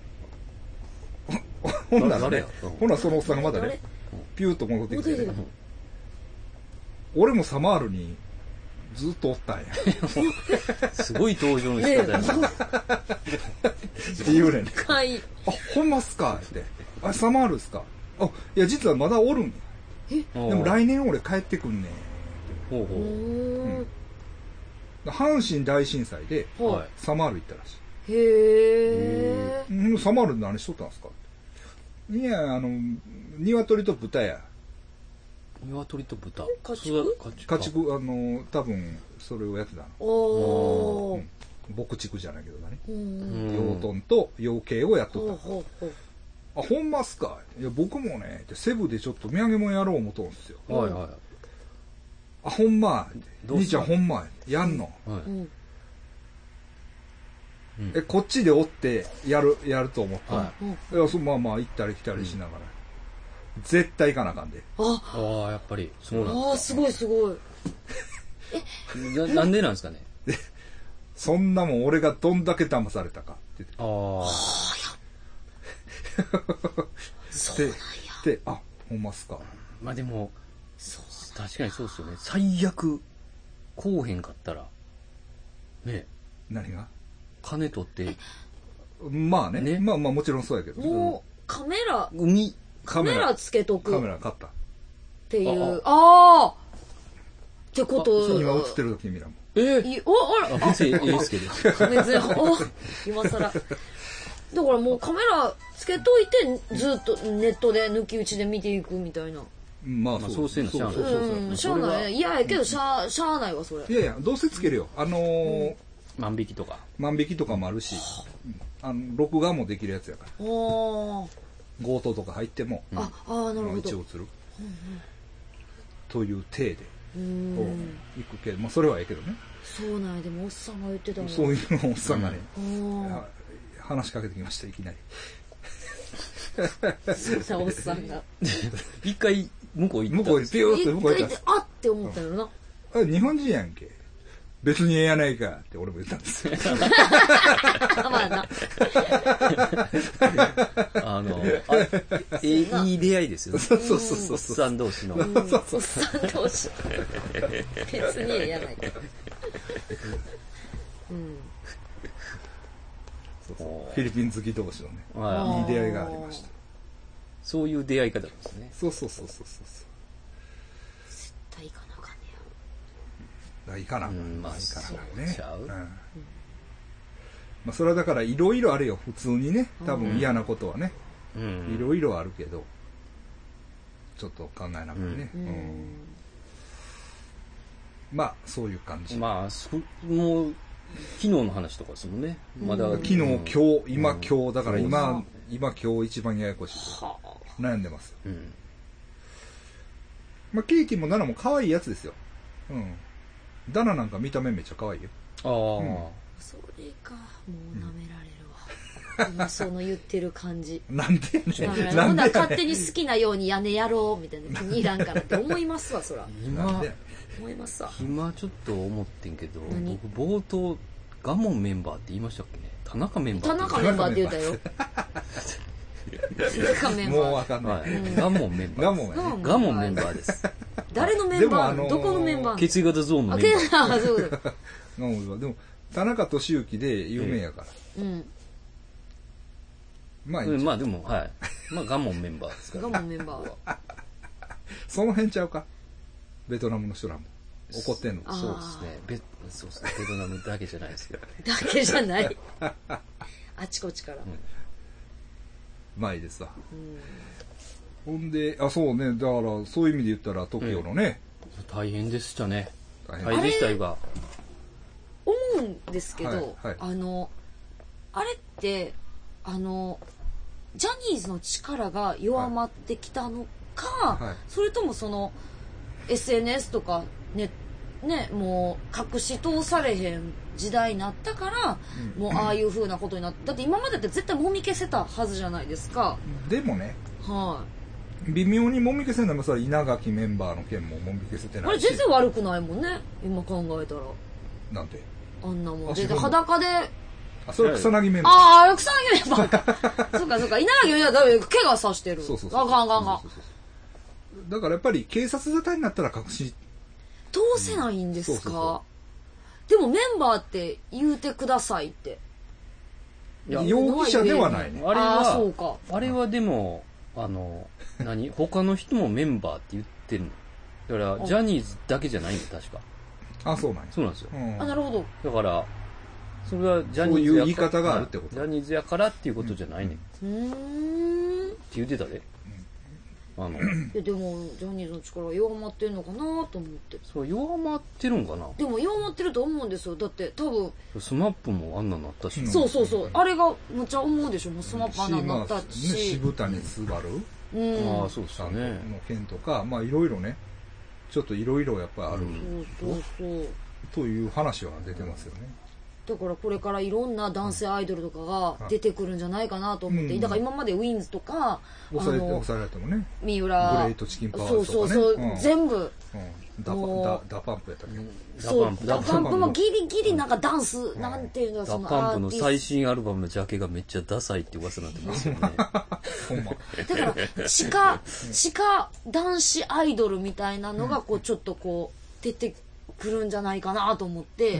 ほんならね、ほんならそのおっさんがまだね、ピューッと戻ってきて、俺もサマールにずっとおったんや。 すごい登場の仕方やな。 って言うねん。あ、ほんまっすかって。あ、サマールっすか。あ、いや、実はまだおるんや。でも来年俺帰ってくんねん。ほうほう。うん阪神大震災でサマール行ったらしい。 へえ。サマールで何しとったんですか？いや、あの、鶏と豚や。 鶏と豚？ 家畜？ 家畜、あの、多分、それをやってたの。 おー。 牧畜じゃないけどね。養豚と養鶏をやっとった。あ、ほんまっすか？いや、僕もね、セブでちょっと土産物やろう思とんすよ。 はいはい。 あ、ほんま。兄ちゃんほんま。やんの。え、こっちでおってやる、やると思った。はい。いや、そまあまあ、行ったり来たりしながら。絶対行かなあかんで。 ああ、やっぱり。そうなんですか。 ああ、すごいすごい。 えな、なんでなんですかね。 そんなもん俺がどんだけ騙されたかって言って。 ああ。そうなんや。で、あ、ほんますか。 まあでも、 そう確かにそうっすよね。最悪、こうへんかったら、ね、 何が金取って、 まあね。 ねまあまあもちろんそうやけど。 もう、カメラ、 海、 カメラつけとくカメっラ買った。 ていう。ああってこ今と。 映ってるぞ、君らも。 えいお、あら、 あ、別にええですけど。 別に、お、今更。だからもうカメラつけといて、ずっとネットで抜き打ちで見ていくみたいな。 まあまあそうせんのしゃあないそうそうそううん、しゃあない。いや、やけどしゃあ、しゃあないわ、それ。 いやいや、どうせつけるよ。あのー、 万引きとか。 万引きとかもあるし、あの、録画もできるやつやから。 おー。 強盗とか入っても、 あ、ああ、なるほど。 一応映る。という体で、 うーん。 行くけど、まあそれはええけどね。 そうなんや、でもおっさんが言ってたわ。 そういうのをおっさんがね、 おー。 は話しかけてきました、いきなり。 そうさ、おっさんが。 一回、向こう行った。 向こうにピューって向こう行った一回で、あって思ったよな。 あ、日本人やんけ。別にええやないかって俺も言ったんですよ。 まあな。 あの、あえいい出会いですよね。 そうそうそうそう。 おっさん同士の。 うん、おっさん同士。別にええやないか。うん。 そうそうフィリピン好き同士のね、 はいいい出会いがありました。 そういう出会い方ですね。 そうそうそうそうそう。 絶対行かなあかんねだいかな。 うんまあいかなそうね。 ちゃううん。まあそれはだからいろいろあるよ。普通にね、多分嫌なことはね、 うんいろいろあるけど、ちょっと考えながらね。 や。ううんん。 まあそういう感じ。 まあ、そもう、昨日の話とかですもんね。まだ。 昨日、今日、今、 うん今日、だからう今ん、 今、今日一番ややこしい。 はあ。 悩んでます。 うん。 まあケーキもナナも可愛いやつですよ。うん。ダナなんか見た目めっちゃ可愛いよ。 ああ、 それか、もう舐められるわ。今その言ってる感じ。 なんでやねん。 だからほなんんでやねん。 なら勝手に好きなように屋根やろうみたいな気に入らんからって思いますわ、そら。 なん今でや、 思いますわ。 今ちょっと思ってんけど、 何僕冒頭、ガモンメンバーって言いましたっけね。田中メンバー田って中メンバーって言うたよ。田中メンもうバー。 わかんない。 はい。ガモンメンバーです。 ガモンやね。 ガモンメンバーです。 誰のメンでもあのーバーどこのメンバー血液型ゾーンのあ、 メけンバー。 あ、そうだ。 ガモンでも、田中俊之で有名やから。 うん。 まあいいんちゃううんまあでも、はい。まあガモンメンバーですから。 ガモンメンバーは。 その辺ちゃうか。ベトナムの人らも。怒ってんの。 あそうですね。ベそうですね。ベトナムだけじゃないですけど。 だけじゃない。あちこちから。 まあいいですわ。 うん。 ほんで、あ、そうね。だから、そういう意味で言ったら、トキオのね。 大変でしたね。 大変大変でしたよが。 思うんですけど、 はいはいあの、あれって、あの、ジャニーズの力が弱まってきたのか、 はいそれともその、エスエヌエス とかね、ね、もう隠し通されへん時代になったから、 うんもうああいう風なことになった。だって今までって絶対もみ消せたはずじゃないですか。 でもね、 は微妙にもみ消せないのはさ、稲垣メンバーの件ももみ消せてい。あないし。 れ全然悪くないもんね。今考えたら。 なんて。 あんなもん。で、 あそう裸で、 あ、それは草薙メンバー。 ああ、あれ草薙メンバーか。そうかそうか。稲垣メンバーダメ。怪我さしてる。 そうそうそう。 あかんあかんあかんそう。そうそうだからやっぱり警察沙汰になったら隠し、 通せないんですか、 うんそうそうそでもメンバーって言うてくださいって。 いや容疑者ではないね。 あれああ、そうは、 か。 あれはでも、あの、何他の人もメンバーって言ってるの。だから、ジャニーズだけじゃないんだ、確か。 あ、そうなんや。 そうなんですよ。 うんあ、なるほど。 だから、それはジャニーズやから。 そういう言い方があるってことジャニーズやからっていうことじゃないねん。ってうーん。 言ってたで。あの、 いやでも、ジャニーズの力が弱まってるのかなと思って。 そう、弱まってるんかな。 でも弱まってると思うんですよ。だって多分、 スマップもあんななったし。 うんそうそうそう。あれがむっちゃ思うでしょ。もうスマップアナになったまあね、 し。 渋谷昴うん。 ああ、そうですさんのよね。 件とか、まあいろいろね、ちょっといろいろやっぱりあるうんそうそうそう。 という話は出てますよね。 だからこれからいろんな男性アイドルとかが出てくるんじゃないかなと思って、だから今までウィンズとか抑えて抑えられてもね、 三浦グレートチキンパワーズとかね、 そうそうそう、 うん、 全部、 うん、ダパダダパンプやったっけ、 そうダパンプもギリギリなんかダンス、うん、なんていうのそのダパンプの最新アルバムのジャケがめっちゃダサいって噂になってますよねほんまだから地下地下男子アイドルみたいなのがこうちょっとこう出てくるんじゃないかなと思って、うん、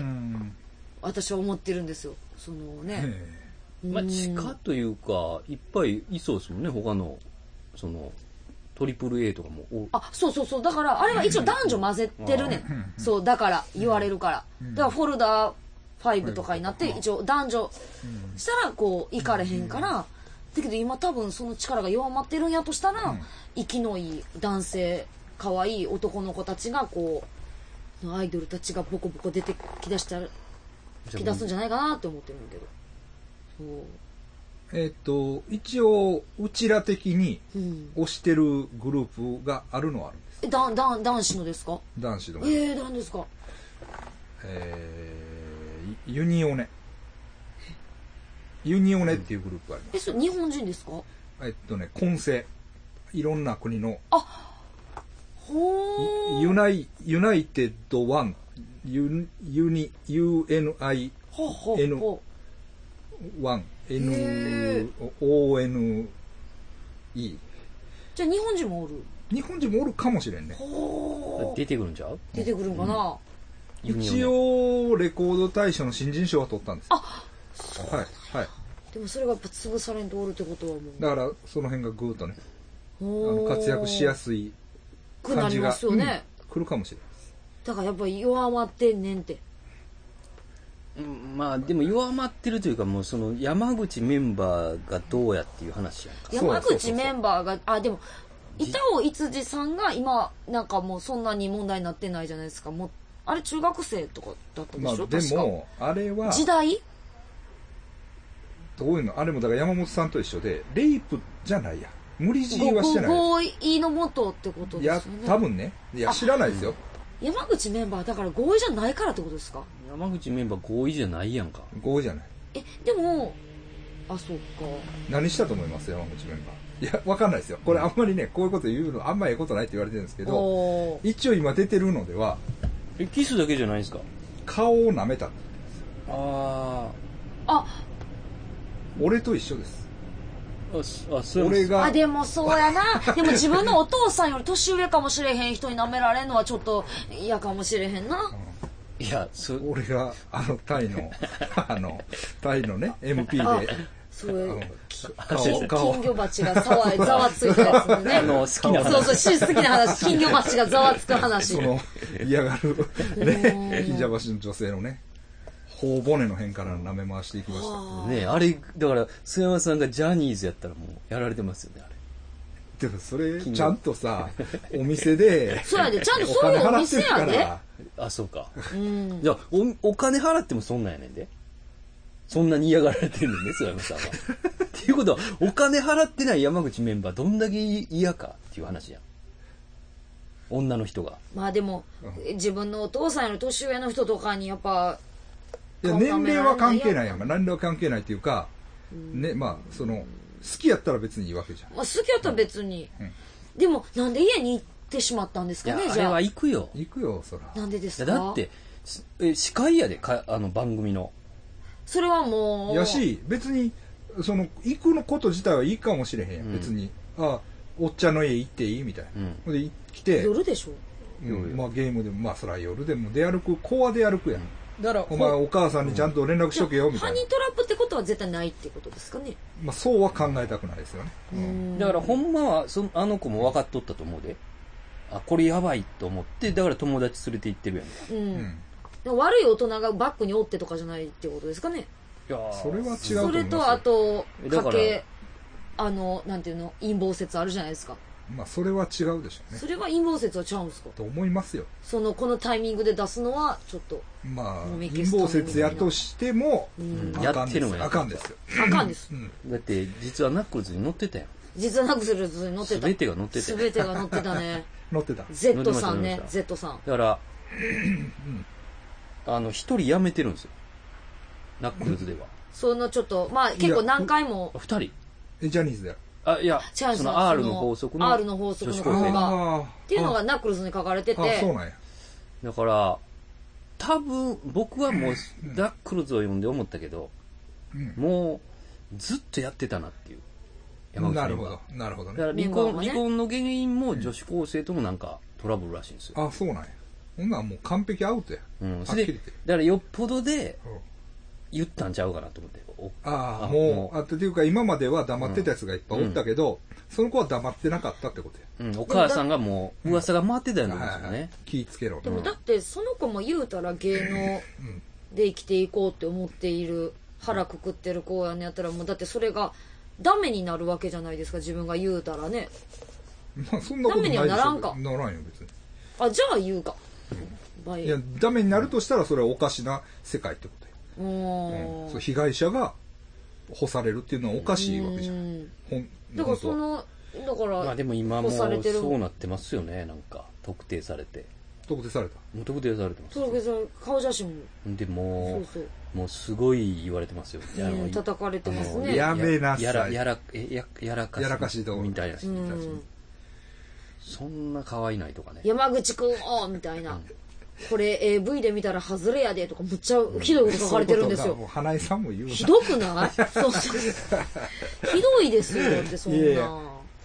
私は思ってるんですよ。そのね、 まあ地下というかいっぱいいそうですもんね、他のそのトリプル A とかも。 あ、そうそうそう、だからあれは一応男女混ぜてるねん、そうだから言われるから、だからフォルダーファイブとかになって一応男女したらこういかれへんから、だけど今多分その力が弱まってるんやとしたら、息のいい男性可愛い男の子たちがこうアイドルたちがボコボコ出てきだしたらき出すんじゃないかなって思ってるんだけど、そうえっと一応うちら的に推してるグループがあるのはあるんです。 えだだ男子のですか？ 男子の。 えー、何ですか？ えー、ユニオネユニオネっていうグループがあります。 え、それ日本人ですか？ えっとね、混成いろんな国の、 あ、ほー、 ユナイユナイテッドワンユユニ ユーエヌアイエヌワン エヌオーエヌイーじゃあ日本人もおる？ 日本人もおるかもしれんね。 出てくるんちゃう？ 出てくるんかな、 うん、一応レコード大賞の新人賞は取ったんです。 あ、そうだね、 はいはい。 でもそれがやっぱ潰されんとおるってことはもうだからその辺がぐーっとね、あの活躍しやすい感じが、 ますよね、 うん、来るかもしれない。 だからやっぱり弱まってんねんって。 うん、まあでも弱まってるというか、もうその山口メンバーがどうやっていう話やんか。 山口メンバーが、あ、でも板尾いつじさんが今なんかもうそんなに問題になってないじゃないですか。もうあれ中学生とかだったでしょ、 まあ、でもあれは時代どういうの、あれもだから山本さんと一緒でレイプじゃないや、無理強いはしてない。 合意のもとってことですよね。 いや多分ね、いや知らないですよ。 山口メンバーだから合意じゃないからってことですか？ 山口メンバー合意じゃないやんか。 合意じゃない。 え、でもあ、そっか。 何したと思います山口メンバー？いやわかんないですよ。これあんまりねこういうこと言うのあんまりええことないって言われてるんですけど、一応今出てるのではえキスだけじゃないですか？ 顔を舐めた。 ああ、 俺と一緒です。 あ、そう俺があ、でもそうやな。でも自分のお父さんより年上かもしれへん人に舐められるのはちょっと嫌かもしれへんな、 うん、いやそ俺があのタイのあのタイのね エムピー でそれ金魚鉢がざわざわついたやつね。 あの好きな話。 そうそう、好きな話。金魚鉢がざわつく話。 その嫌がるね金魚鉢の女性のね頬骨の辺から舐め回していきましたね。あれだから須山さんがジャニーズやったらもうやられてますよね。あれでもそれちゃんとさお店でそうやで、ちゃんとそういうお店やで。 あ、そうか、うん、じゃあ お, お金払ってもそんなんやねんで。そんなに嫌がられてるんですよ、山さんは。っていうことはお金払ってない山口メンバーどんだけ嫌かっていう話やん、女の人が。 まあでも、うん、自分のお父さんより年上の人とかにやっぱいや年齢は関係ないやんか。年齢は関係ないっていうか、うん、ね、まあその好きやったら別にいいわけじゃん。 まあ、好きやったら別に、うん、でもなんで家に行ってしまったんですかね。じゃああれは行くよ行くよそら。 なんでですか。 だってえ司会やでか、あの番組の。 それはもうやし別にその行くのこと自体はいいかもしれへんやん、うん、別にあおっちゃんの家行っていいみたいな、うん、で来て夜でしょ、 うん、まあゲームでもまあそら夜でも出歩く子は出歩くやん、うん、だからお前お母さんにちゃんと連絡しとけよみたいな、 ハニートラップってことは絶対ないってことですかね。 まあそうは考えたくないですよね、 うん、だからほんまはそあの子も分かっとったと思うで、あこれやばいと思ってだから友達連れて行ってるやんか、うんうん悪い大人がバックにおってとかじゃないってことですかね。 いやそれは違うと思いますよ。 それとあと家計あのなんていうの陰謀説あるじゃないですか。 まあそれは違うでしょうね。 それは陰謀説はちゃうんですかと思いますよ。 そのこのタイミングで出すのはちょっとまあ陰謀説やとしても、うん、あかんですよ。あかんですよ。 あかんです、 うん、だって実はナックルズに乗ってたよ。 実はナックルズに乗ってた。 全てが乗ってた。 全てが乗ってたね。 乗ってた。 Z さんね、Z さん。 だから、うんあの一人辞めてるんですよ。 ナックルズでは。 そのちょっと、まあ結構何回も。 二人え、ジャニーズだよ。 あ、いや、 違うその R の法則の。 R の法則の方が。っていうのがナックルズに書かれてて。 あ、そうなんや。 だから、多分、僕はもう、ナックルズを読んで思ったけど、うん、もう、ずっとやってたなっていう。 山口さんなるほど。なるほどね。 だから離婚、ね、離婚の原因も女子高生ともなんかトラブルらしいんですよ。 あ、そうなんや。ほんならもう完璧アウトや。 うん。それで、だからよっぽどで、言ったんちゃうかなと思って。 ああ、もう、あっていうか今までは黙ってたやつがいっぱいおったけど、うん、その子は黙ってなかったってことや。 うん、お母さんがもう噂が回ってたようなんですよね。はいはい、 気ぃつけろ。 でもだってその子も言うたら芸能で生きていこうって思っている、腹くくってる子やねやったらもうだってそれがダメになるわけじゃないですか、自分が言うたらね。 まあそんなことないでしょ。 ダメにはならんか。 ならんよ別に。 あ、じゃあ言うか。 うん、いや、ダメになるとしたらそれはおかしな世界ってことや。うん、そう被害者が干されるっていうのはおかしいわけじゃん。ほんだからその、だから、 まあでも今もそうなってますよね、なんか。特定されて。 特定されたもう特定されてます。 特定され顔写真も。 でもう、 そうそうもうすごい言われてますよ。 うん、叩かれてますね。 やめなさい。 やら、やら、え、や、やらかし。 やらかしどうみたいな人たち。そんな可愛いないとかね。 山口くんおみたいな。うん、これ エーブイ で見たら外れやでとかむっちゃひどいこと書かれてるんですよ。 もう花井さんも言うな。 ひどくない？そうそう。ひどいですよってそんな。いやいや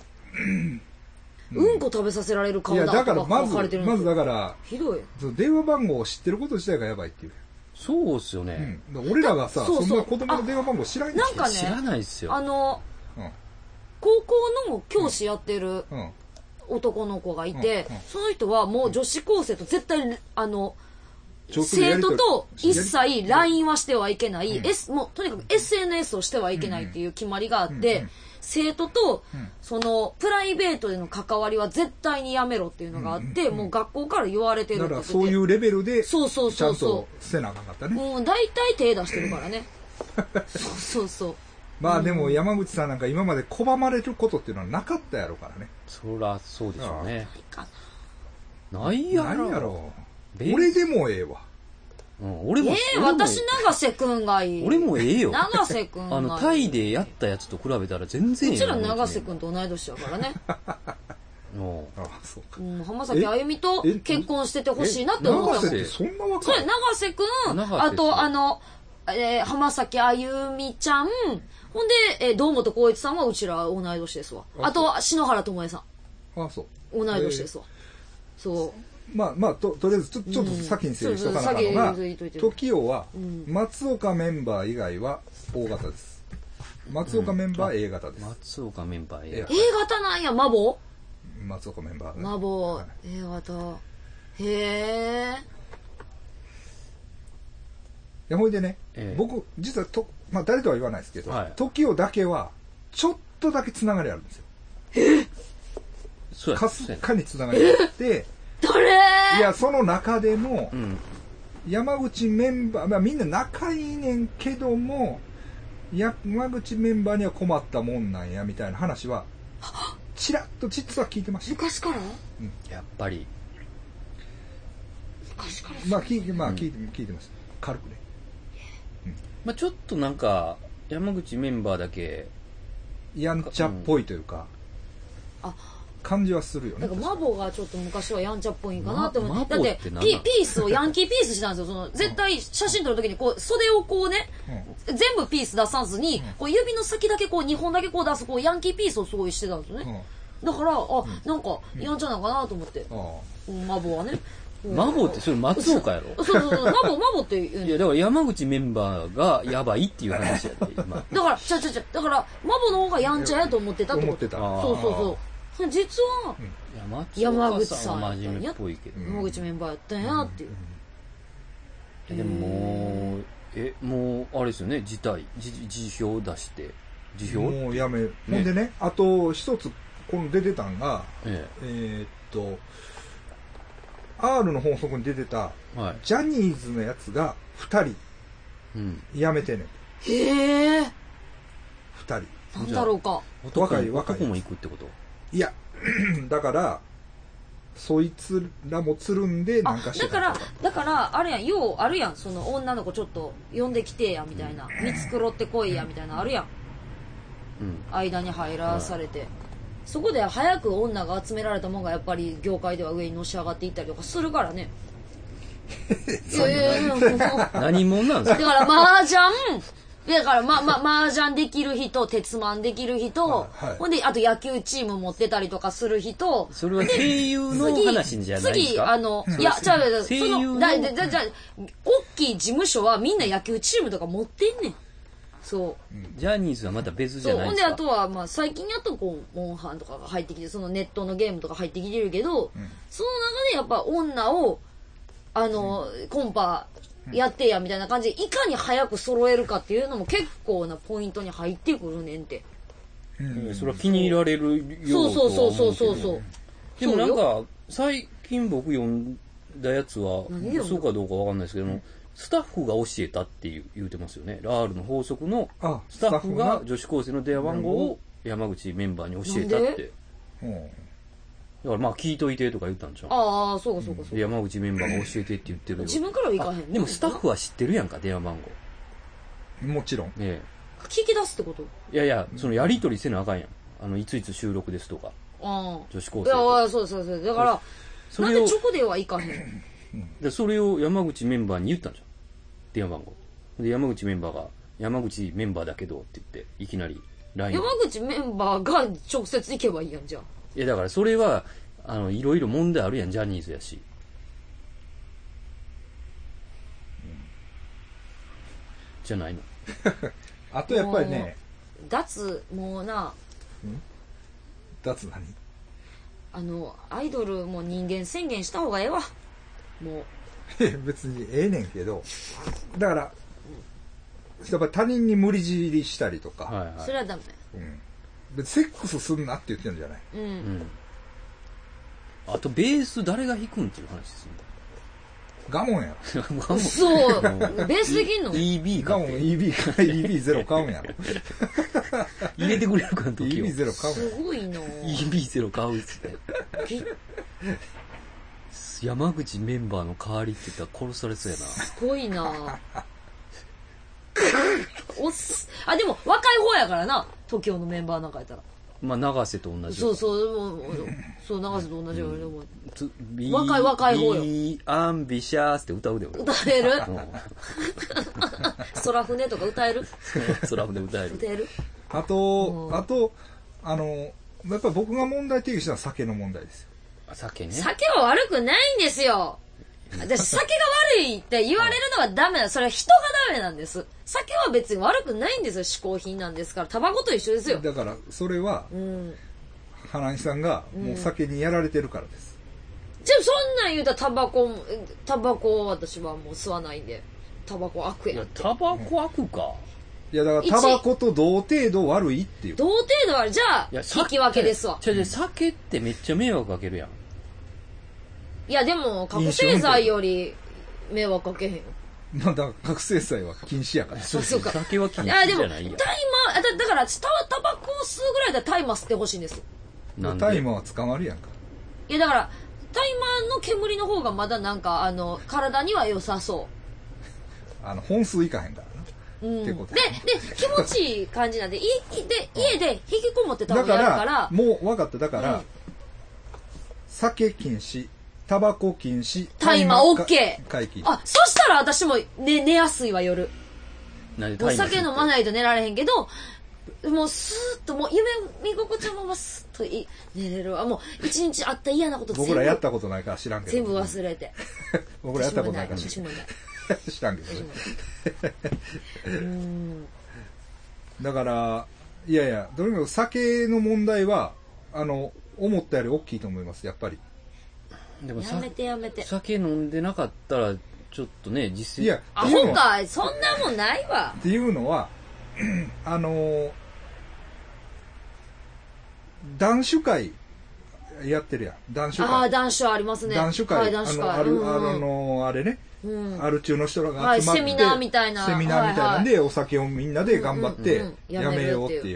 うんこ食べさせられる顔だとか書かれてるんですよ。 まずだからひどい。 電話番号を知ってること自体がやばいっていう。 そうっすよね。 うん、俺らがさ、そんな子供の電話番号知らないんですよ。 なんかね、 知らないっすよ。 あの、うん、高校の教師やってる男の子がいて、うんうん、その人はもう女子高生と絶対あの。生徒と一切 ライン はしてはいけない、うん S、もうとにかく エスエヌエス をしてはいけないっていう決まりがあって、うんうん、生徒とそのプライベートでの関わりは絶対にやめろっていうのがあって、うんうん、もう学校から言われてるって言ってて、 だからそういうレベルでちゃんそうそうそうとせなあかんかったね。 もう大体手出してるからねそうそうそう。 まあでも山口さんなんか今まで拒まれることっていうのはなかったやろからね。 そらそうでしょうね。 ないかな。ないやろ。 ないやろ。俺でもええわ。 うん、俺も。 ええー、私永瀬くんがいい。 俺もええよ。 永瀬くんがいい。 あの、タイでやったやつと比べたら全然ええ。 うちら永瀬くんと同い年だからね。 おああ、そうか。 うん、浜崎あゆみと結婚しててほしいなって思ったもん。 永瀬ってそんな若い？ それ、永瀬くん、あと、あの、えー、浜崎あゆみちゃん、ほんで、えー、堂本光一さんはうちら同い年ですわ。あ, あと、篠原ともえさん。 ああ、そう。 同い年ですわ。えー、そう。 まあまあ と, とりあえずちょちょっと先に整理しとかなあかんのが、時代は松岡メンバー以外は O 型です。松岡メンバー A 型です。 松岡メンバー A 型。A 型なんや、マボ？ 松岡メンバー、ね。 マボ、はい、A 型。へえ。 いやほいでね、ええ、僕実はとまあ誰とは言わないですけど、はい、時代だけはちょっとだけつながりあるんですよ。 え？ そうや。かすかにつながりあって。 誰？ いやその中でも、うん、山口メンバー、まあ、みんな仲いいねんけども山口メンバーには困ったもんなんやみたいな話はちらっと実は聞いてました。 昔から？ うん、やっぱり昔からまあ聞いてまあ聞いて、うん、聞いてました軽くね、 うん、まあちょっとなんか山口メンバーだけやんちゃっぽいというか、うん、あ感じはするよね。 だからマボがちょっと昔はやんちゃっぽいんかなって思って、だってピピースをヤンキーピースしたんですよ。その絶対写真撮るときにこう袖をこうね、うん、全部ピース出さずに、うん、こう指の先だけこうにほんだけこう出すこうヤンキーピースをすごいしてたんですよね、うん、だからあ、うん、なんかやんちゃなのかなと思って、うん、マボはね。 マボってそれ松岡やろ。 そうそうそう、マボマボって言う。 いやだから山口メンバーがやばいっていう話やって今。 だからちゃちゃちゃだからマボの方がやんちゃやと思ってたってこと。そうそうそう。実は、うん、山口さん真面目っぽいけど、 山口メンバーやったんやっていう、 うん、でももうえもうあれですよね辞退辞辞表出して辞表もうやめ、ね、ほんでねあと一つこの出てたんがえええー、っと R の法則に出てた、はい、ジャニーズのやつがふたり辞めてね、 うん、へえふたりなんだろうか若い若い男も行くってこと。 いやだからそいつらもつるんでなんかしてだからだからあれやん、ようあるやん、その女の子ちょっと呼んできてやみたいな、見繕ってこいやみたいなあるやん、うん、間に入らされて、はい、そこで早く女が集められたもんがやっぱり業界では上にのし上がっていったりとかするからねいやいやいや何者なんですか。 だから麻雀だからま、ま、麻雀できる人、鉄マンできる人、はいはい、ほんで、あと野球チーム持ってたりとかする人。 それは声優の話じゃないですか。 次、あの、いや、じゃあ、声優の。だ、じゃ、じゃ、大きい事務所はみんな野球チームとか持ってんねん。そう。 ジャニーズはまた別じゃないですか。 そう。ほんで、あとは、まあ、最近やっとこう、モンハンとかが入ってきて、そのネットのゲームとか入ってきてるけど、うん、その中でやっぱ女を、あの、うん、コンパ、やってやみたいな感じでいかに早く揃えるかっていうのも結構なポイントに入ってくるねんて、 うん、それは気に入られるようとは思うけど、そうそうそうそうそうでもなんか最近僕読んだやつはそうかどうかわかんないですけども、スタッフが教えたっていう言うてますよね。ラールの法則のスタッフが女子高生の電話番号を山口メンバーに教えたって。だからまあ聞いといてとか言ったんじゃん。 ああ、そうかそうかそうか。 山口メンバーが教えてって言ってるよ。 自分からはいかへん。 でもスタッフは知ってるやんか、電話番号。もちろん。 ねえ。 聞き出すってこと？ いやいや、そのやりとりせなあかんやん。あの、いついつ収録ですとか。 ああ。 女子高生。 いや、そうそうそう。だから、なんで直ではいかへん。 で、それを山口メンバーに言ったんじゃん。電話番号。で、山口メンバーが、山口メンバーだけどって言って、いきなり ライン。 山口メンバーが直接行けばいいやん、じゃあ。 いや、だからそれは、あの、いろいろ問題あるやん、ジャニーズやし。うん、じゃないの。 あとやっぱりね。 脱、もうな。ん脱何？ あの、アイドルも人間宣言した方がええわ。もう。別にええねんけど。だから、やっぱ他人に無理強いしたりとか。はいはい、それはダメ。 うん。別にセックスすんなって言ってるんじゃない。 うん。うんあとベース誰が弾くんっていう話ですよ。 ガモンやろ。 ガモン。そう。ベースできんのイービーガモン イービー か イービーゼロ 買うんやろ。 入れてくれるかんときイービーゼロ 買うんやろ。すごいなイービーゼロ 買うっつって。山口メンバーの代わりって言ったら殺されそうやな。 すごいなおっす。あ、でも若い方やからな。トキオのメンバーなんかやったら。 まあ、長瀬と同じ。 そうそう、そう長瀬と同じように、うん、若い若い方よ。 ビーアンビシャースって歌うで俺。歌える？空船とか歌える？ 空船歌える。 歌える？ あと、あと、あの、やっぱ僕が問題提起したのは酒の問題ですよ。 酒ね。 酒は悪くないんですよ。私、酒が悪いって言われるのはダメなの。それは人がダメなんです。酒は別に悪くないんですよ。嗜好品なんですから。タバコと一緒ですよ。 だから、それは、うん、花井さんがもう酒にやられてるからです。 うん、じゃあそんなん言うたらタバコ、タバコ私はもう吸わないんで。タバコ悪やって。 タバコ悪か。 いや、だからタバコと同程度悪いっていう。 同程度悪い。じゃあ、引き分けですわ。 じゃあ酒ってめっちゃ迷惑かけるやん。 いやでも覚醒剤より迷惑かけへんよ。 まあだから覚醒剤は禁止やから。 そうそうか。酒は禁止じゃないや。いやでも大麻だだからタバコを吸うぐらいで大麻吸ってほしいんです。 なんで？大麻は捕まるやんか。 いやだから大麻の煙の方がまだなんかあの体には良さそう。 あの本数いかへんからな。 うん、でで気持ちいい感じなんでいで家で引きこもってた方がやるから。だからもう分かっただから、うん、酒禁止。タバコ禁止。 大麻 OK。 解禁。 あ、そしたら私も寝、寝やすいわ、夜。お酒飲まないと寝られへんけど、もうスーッと、もう夢見心地のままスーッとい寝れるわ。もう一日あった嫌なこと全部。 僕らやったことないから知らんけど。 全部忘れて。 僕らやったことないから知らんけどね。うん。だから、いやいや、とにかく酒の問題は、あの、思ったより大きいと思います、やっぱり。 でもやめてやめて。 酒飲んでなかったらちょっとね実践。 いやアホかそんなもんないわ。 っていうのはあの談酒会やってるやん。談酒会。 ああ談酒ありますね。 談酒会、はい、談酒会あのある、うん、あのあれね、うん、アル中の人らが集まって、はい、 セミナーみたいなセミナーみたいなんで、はいはい、お酒をみんなで頑張ってやめようっていう。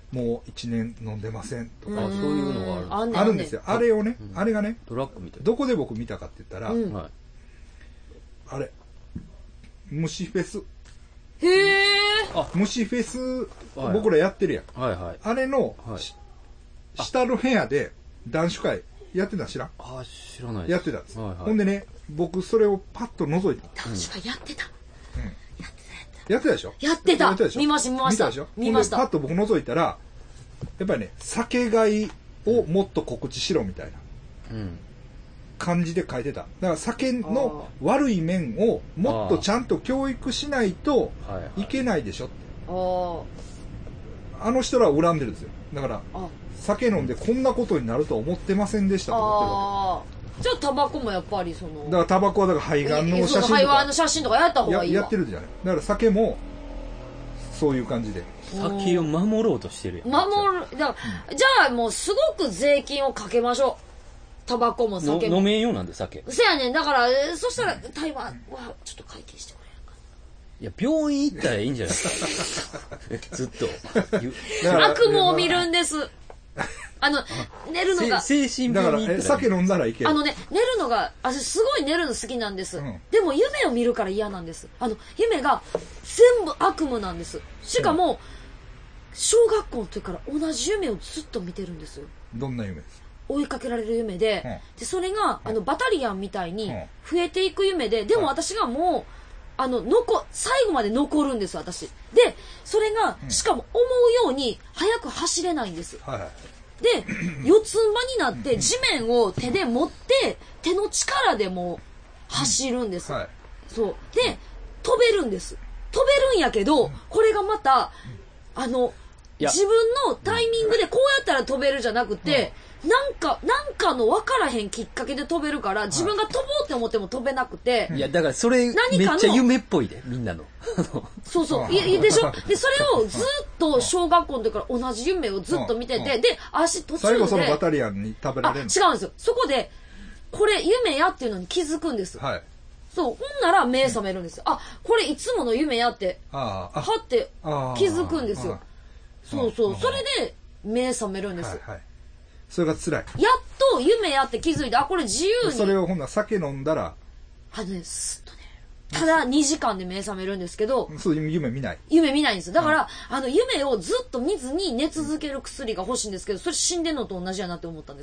もういちねん飲んでませんとか、 あ、そういうのがあるんですあるんですよ。あれをね、あれがね、 トラックみたいな。 どこで僕見たかって言ったら、 うんはい。 あれ、虫フェス。 へえ。 虫フェス、 はい僕らやってるやん。 はいはい。 あれの、 はいし下の部屋で談笑会やってたん知らんあ、知らないです。 やってたんです、 はいはい。 ほんでね、僕それをパッと覗いた。 男子がやってた。 やってたでしょやってたやってたでしょ見ました見ました見たでしょ見ましたほんでパッと僕覗いたら、やっぱりね、酒買いをもっと告知しろみたいなうん。 感じで書いてた。だから酒の悪い面をもっとちゃんと教育しないとはいはいいけないでしょって。 ああ。 あの人らは恨んでるんですよ。だから、 あ酒飲んでこんなことになるとは思ってませんでしたと思ってるわああ。じゃあタバコもやっぱりその。 け。だからタバコはだから肺がんの写真とか。 肺がんの写真とかやった方がいいわ。 ややってるじゃない。だから酒も、そういう感じで。 酒を守ろうとしてるやん。 守る。だからじゃあもうすごく税金をかけましょう。タバコもの酒も。 飲めんようなんで酒。 せやねん。だから、えーそしたら大麻はちょっと会計してくれへんか。 いや、病院行ったらいいんじゃないですか。ずっと。ゆだから悪夢を見るんです。あの、寝るのが。 せ精神だから、 病院行ったらいい。 え酒飲んだらいける。 あのね、寝るのが、私すごい寝るの好きなんです。 うんでも夢を見るから嫌なんです。あの、夢が全部悪夢なんです。しかも、小学校の時から同じ夢をずっと見てるんですよ。 どんな夢ですか？ 追いかけられる夢で、 うんでそれが、あの、バタリアンみたいにうん増えていく夢で、でも私がもう、あの、残、最後まで残るんです、私。で、それが、しかも思うように早く走れないんです。 はいはい。 で、四つん這になって地面を手で持って、手の力でもう走るんです。 はい。 そう。で、飛べるんです。飛べるんやけど、これがまた、あの、 いや自分のタイミングでこうやったら飛べるじゃなくて、なんか、なんかの分からへんきっかけで飛べるから、自分が飛ぼうって思っても飛べなくて、 いや、だからそれ、め何かのっちゃ夢っぽいで、みんなの。 そうそう。いいでしょで、それをずっと小学校の時から同じ夢をずっと見てて、 うんで、足途中で。 最後そのバタリアンに食べらあ、違うんれるの？ ですよ。そこで、これ夢やっていうのに気づくんです。 はい。 そう。ほんなら目覚めるんですよ。あ、これいつもの夢やって、 ああ、あはってあー気づくんですよ。そうそうう。 んそれで目覚めるんです。 はいはい。それが辛い。 やっと夢やって気づいて、あ、これ自由に。 それをほんなら酒飲んだら、 あのね、スッとね。ただにじかんで目覚めるんですけど、 そういう夢見ない。 夢見ないんですよ。だから、あの、夢をずっと見ずに寝続ける薬が欲しいんですけど、それ死んでんのと同じやなって思ったんです。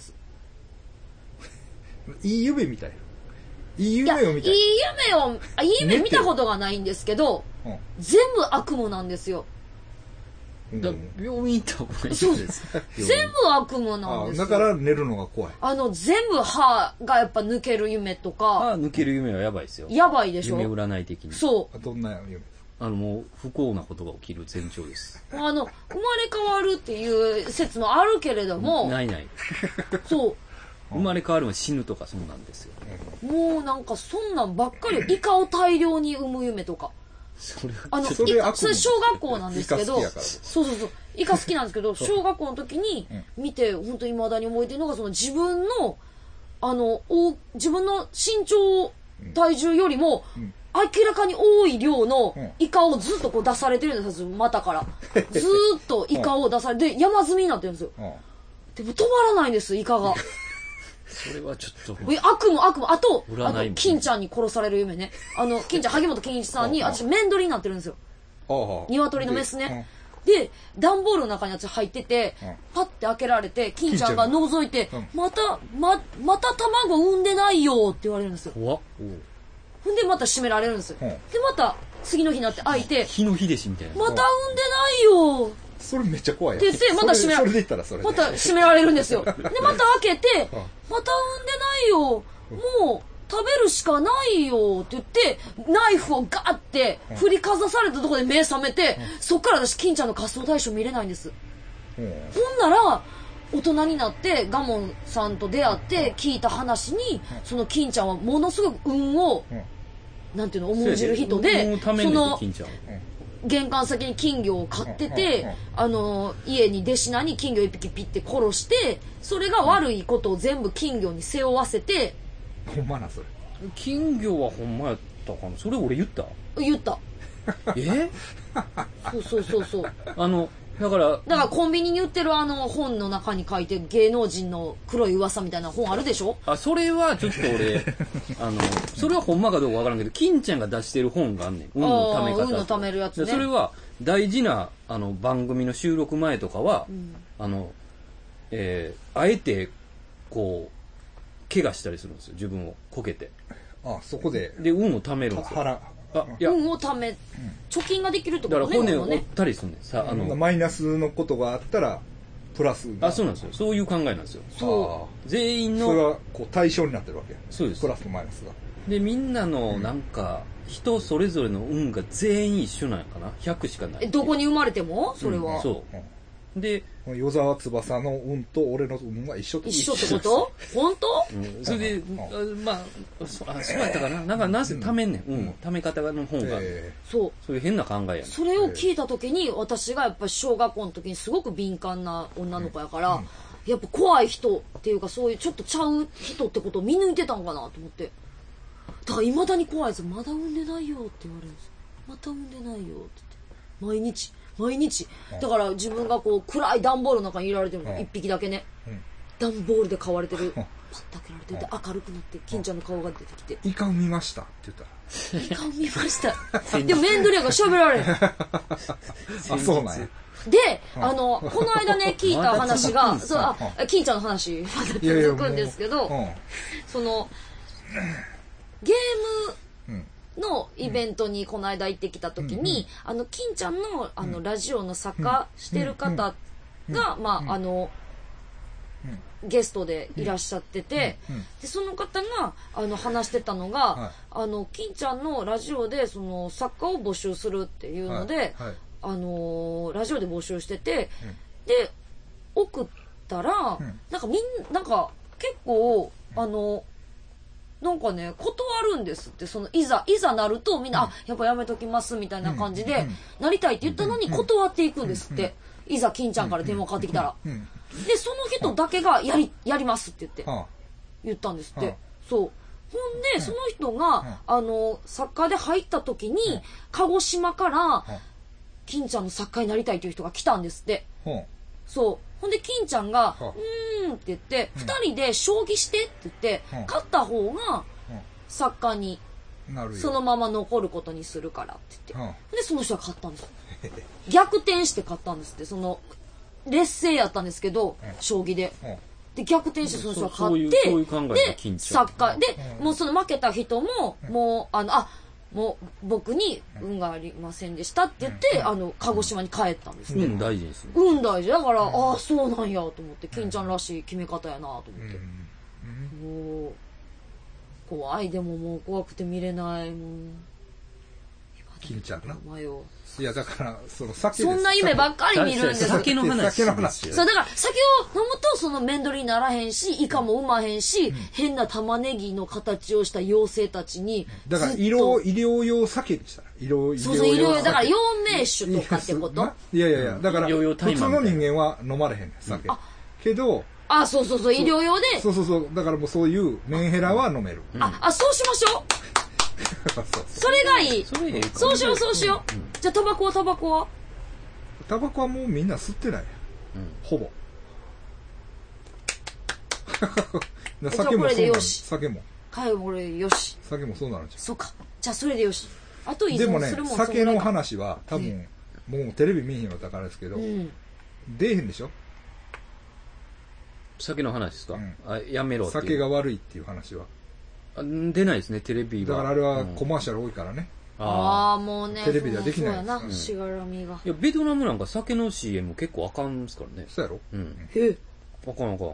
いい夢みたい。いいいや、いい夢を見たい。 夢を、あいい夢見たことがないんですけど、 うん全部悪夢なんですよ。 だ病院行った方がいいです。 全部悪夢なんあですよ。 だから寝るのが怖い。 あの、全部歯がやっぱ抜ける夢とか、 歯抜ける夢はやばいですよ。 やばいでしょ。 夢占い的に。 そう。 どんな夢？ あの、もう不幸なことが起きる前兆です。 あの、生まれ変わるっていう説もあるけれども、 ないない。 そ生まれ変わるの死ぬとかそうなんですよ。 う。もうなんかそんなんばっかり、イカを大量に産む夢とか。 それはあの、 それイカ、それ小学校なんですけど、 イカ好きやからそうそうそう。イカ好きなんですけど、小学校の時に見て、本当に未だに覚えてるのが、その自分の、あの、お自分の身長、体重よりも、明らかに多い量のイカをずっとこう出されてるんですよ、股から。ずーっとイカを出されて、山積みになってるんですよ。 うんでも止まらないんです、イカが。 それはちょっと。 え悪夢、悪夢。あと、 占いもあと、金ちゃんに殺される夢ね。あの、金ちゃん、萩本欽一さんに、 ああ私、面取りになってるんですよ。 ああ鶏のメスね。で、段ボールの中にやつ入っててうん、 パッて開けられて、金ちゃんが覗いてうん、 また、ま、また卵産んでないよって言われるんですよ。 怖っ。 ほんで、また閉められるんですよ。 うんで、また、次の日になって開いて、 日の日でしみたいな。 また産んでないよそれめっちゃ怖いやん。 って言って、また閉めらそれそれで言ったらそれで。 また閉められるんですよ。で、また開けてうん、 また産んでないよ。もう、食べるしかないよって言って、ナイフをガーって振りかざされたところで目覚めて、そっから私、金ちゃんの活動対象見れないんです。 うんほんなら、大人になってガモンさんと出会って聞いた話に、その金ちゃんはものすごく運を、 うんなんていうの、重んじる人で、 もうためにその、 金ちゃん。 玄関先に金魚を飼ってうんうんてうん、 あの、家に弟子なに金魚一匹ピッて殺して、それが悪いことを全部金魚に背負わせて、 ほんまな、それ。 金魚はほんまやったかな。それ俺言った言った。 えそうそうそうそう。 あの、 だからだからコンビニに売ってるあの本の中に書いてる芸能人の黒い噂みたいな本あるでしょ。 あ、それはちょっと俺あのそれはほんまかどうかわからんけど、金ちゃんが出してる本があんねん。運のため方。 運のためるやつね。 それは大事なあの番組の収録前とかは、うん、あの、えー、あえてこう怪我したりするんですよ、自分をこけて。 あ、そこでで運を貯めるんですよ。 腹あ、いや運をため、うん、貯金ができるってことね。 だから骨を折ったりするね。さ、あのマイナスのことがあったらプラスが。 あ、そうなんですよ。そういう考えなんですよ。 そう。 全員のそれはこう対象になってるわけ。 そうです。 プラスとマイナスが。 でみんなのなんか、うん、人それぞれの運が全員一緒なんかな。ひゃくしかない。 え、どこに生まれてもそれは。 うん、そう。うんで与沢翼の運と俺の運が一緒って一緒ってこと本当、 うん、それで、うん、まあそあそうやったかな。なんかなぜためんねん、うん、ため方の本がある、えー、そうそういう変な考えやねん。 それを聞いた時に私がやっぱり小学校の時にすごく敏感な女の子やから、うん、やっぱ怖い人っていうかそういうちょっとちゃう人ってことを見抜いてたんかなと思って。だからいまだに怖いです。まだ産んでないよって言われるんです。また産んでないよって言って毎日毎日だから自分がこう暗い段ボールの中に入れられてるの、うん、一匹だけね、うん、段ボールで飼われてるパッと開けられてて明るくなって金ちゃんの顔が出てきてイカを見ましたって言ったらイカを見ましたでもメンドリアが喋られるあ、そうなんや。 で、あのこの間ね聞いた話がそうあ金ちゃんの話まだ続くんですけど、そのゲームのイベントにこの間行ってきた時に、うん、あの金ちゃんのあのラジオの作家してる方が、まああのゲストでいらっしゃってて、でその方があの話してたのが、はい、あの金ちゃんのラジオでその作家を募集するっていうので、はいはい、あのラジオで募集してて、うん、で送ったら、うん、なんかみんなんか結構あのなんかね断るんですって。そのいざいざなるとみんな、うん、あやっぱやめときますみたいな感じで、うん、なりたいって言ったのに断っていくんですって、うん、いざ金ちゃんから電話かかってきたら、うん、でその人だけがやりやりますって言って、うん、言ったんですって、うん、そうほんでその人が、うん、あの作家で入った時に、うん、鹿児島から、うん、金ちゃんの作家になりたいという人が来たんですって、うん、そうほんで金ちゃんが、うん、うーんって言って、うん、ふたりで将棋してって言って、うん、勝った方が作家にそのまま残ることにするからって言って、うん、でその人が勝ったんです逆転して勝ったんですって。その劣勢やったんですけど、うん、将棋で、うん、で逆転してその人が勝って、 そういう考えで作家で、うん、もうその負けた人も、うん、もうあのあもう僕に運がありませんでしたって言って、うん、あの鹿児島に帰ったんですね。 運大事ですね。 運大事だから、うん、ああそうなんやと思って金ちゃんらしい決め方やなと思って、うん、もう怖い。でももう怖くて見れないもん金ちゃんな。 お前をいやだからその酒そんな夢ばっかり見るんですよ。 酒の話。 酒の話。 そうだから酒を飲むとその面取りにならへんし、イカもうまへんし、うん、変な玉ねぎの形をした妖精たちにだから医療医療用酒にしたら医療医療そうそう医療用だから陽明酒とかってこと？ いやいやいやだから普通の人間は飲まれへんねん酒。うん、けどあそうそうそう医療用でそうそうそうだからもうそういうメンヘラは飲める。 あ、うん、あそうしましょう。それがいい。それいいそうしようそうしよう、うん、じゃあタバコはタバコはタバコはもうみんな吸ってない、うん、ほぼ酒もそうなる。酒もかよこれよし酒もそうなるじゃん。 そうかじゃあそれでよし。あと依存するもんでもね酒の話は多分もうテレビ見えへんのだからですけど、うん、出えへんでしょ酒の話ですか、うん、あやめろっていう酒が悪いっていう話は出ないですねテレビは。 だからあれはコマーシャル多いからね、 うん、ああもうねテレビではできないです。 そうやな、しがらみが。 いやベトナムなんか酒の シーエム 結構あかんですからね。 そうやろ、 うん、へえあかんあかん、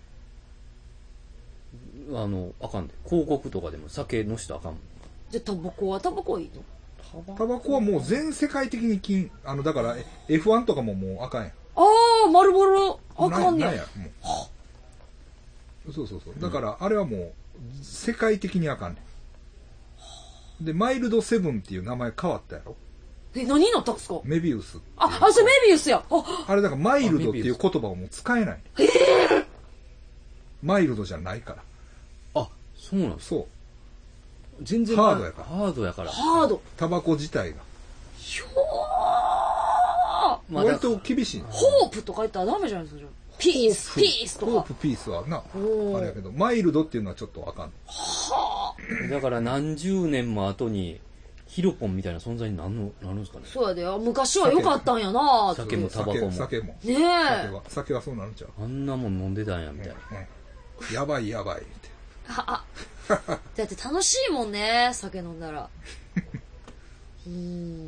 うん、あのあかんで広告とかでも酒の人あかんもん。 じゃあタバコはタバコはいいの？ タバコはもう全世界的に禁。あのだから エフワン とかももうあかんやん。 ああ丸ボロあかんねや。やもうはそうそうそうだからあれはもう世界的にあかんねん。でマイルドセブンっていう名前変わったやろ。 え何になったんですか？ メビウス。 ああそれメビウスや。 あ, あれだからマイルドっていう言葉をもう使えない。 えー、 マイルドじゃないから。 あそうなんですか。 そう全然ハードやから。 ハードやから。 ハード。 タバコ自体が。 ひょまあ割と厳しい。 ホープとか言ったらダメじゃないですか、じゃあピース、ピースとか。 ホープピースはな、あれやけど、マイルドっていうのはちょっとあかん。 はあ。 だから何十年も後に、ヒロポンみたいな存在になるの、なるんですかね。 そうやで、昔は良かったんやな。 酒もタバコも。 酒も。 ねえ。 酒は、酒はそうなるんちゃう。 あんなもん飲んでたんや、みたいな。 うんうん、やばいやばいって。 あ、あ。だって楽しいもんね、酒飲んだら。うん。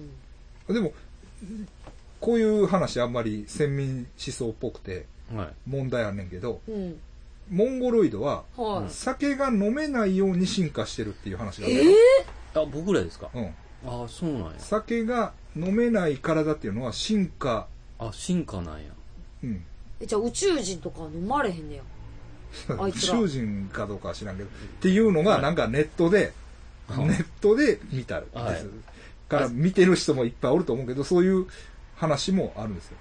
でも、こういう話あんまり先民思想っぽくて、問題あんねんけど、はい、うん、モンゴロイドは、はい、酒が飲めないように進化してるっていう話がある。 えー、あ、僕らですか？ うん。 ああ、そうなんや。 酒が飲めない体っていうのは進化。 あ、進化なんや。 うん。 え、じゃあ宇宙人とか飲まれへんねや。 あいつら宇宙人かどうかは知らんけど。っていうのがなんかネットで、はい、ネットで見たんです。はい、から見てる人もいっぱいおると思うけど、そういう話もあるんですよ。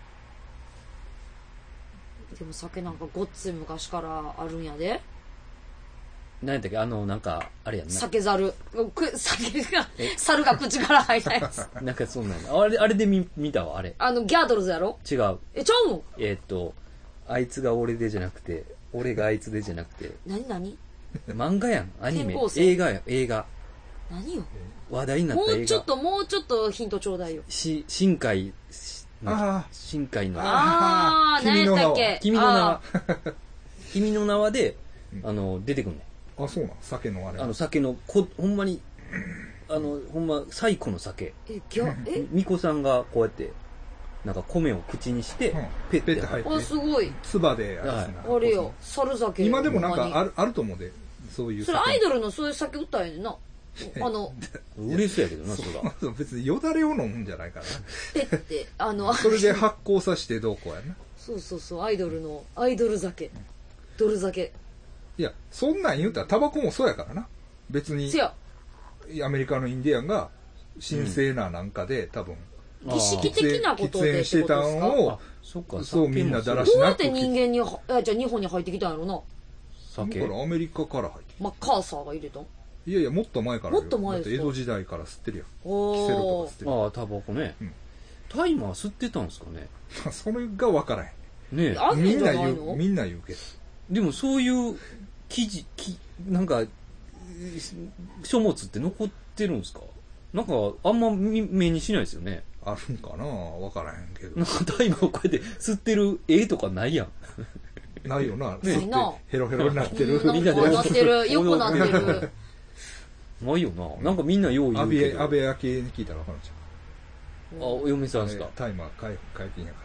でも酒なんかごっつい昔からあるんやで。 何やったっけ、あの、なんか、あれやんな。 酒猿。酒が、猿が口から入ったやつ。 なんかそうなんや。あれ、あれで見、見たわ、あれ。 あの、ギャードルズやろ？ 違う。 え、ちゃうの？ えー、っと、あいつが俺でじゃなくて、俺があいつでじゃなくて。 何何？ 漫画やん、アニメ。映画や、映画。 何よ？ 話題になった映画。 もうちょっと、もうちょっとヒントちょうだいよ。 し、深海、 ああ。 深海の。 ああ、何やったっけ？ 君の名は。君の名はで、あの、出てくんねん。あ、そうなん？酒のあれ。 あの、酒の、こ、ほんまに、あの、ほんま、最古の酒。 え、ぎゃ、えみこさんがこうやって、なんか米を口にして、うん、ペッて入って。 あ、すごい。 唾でやつな。 あれよ、猿酒。 今でもなんかある、あると思うで、そういう酒。それアイドルのそういう酒売ったらええねんな。あの、 嬉しそうやけどな、それは。 別によだれを飲むんじゃないかな。 ペッて、あの、 それで発酵させてどうこうやな。 そうそうそう、アイドルの、アイドル酒。ドル酒。 いや、そんなん言うたらタバコもそうやからな。別に、アメリカのインディアンが神聖ななんかで、多分、 儀式的なことで喫煙してたのを、 そっか、 そうみんなだらしなく。 どうやって人間に、あ、じゃあ日本に入ってきたんやろな。 酒。 だからアメリカから入ってきた。マッカーサーが入れたん？ いやいや、もっと前から。 もっと前ですか？ だって江戸時代から吸ってるやん。 おキセルとか吸ってる。 ああ、タバコね。うん、タイマー吸ってたんですかね。 それが分からへん。 ねえ。 みんな言う、みんな言うけど。 でもそういう記事、きなんか、書物って残ってるんですか？なんか、あんま目にしないですよね。 あるんかな？分からへんけど。 なんかタイマーをこうやって吸ってる絵とかないやん。 ないよな。 ないな。 ヘロヘロになってる。 みんなで。なってる。横なってる。 ないよな。なんかみんなよう言うけど。 安倍明恵に聞いたら分かるじゃん。あ、お嫁さんですか？ タイマー解禁やから。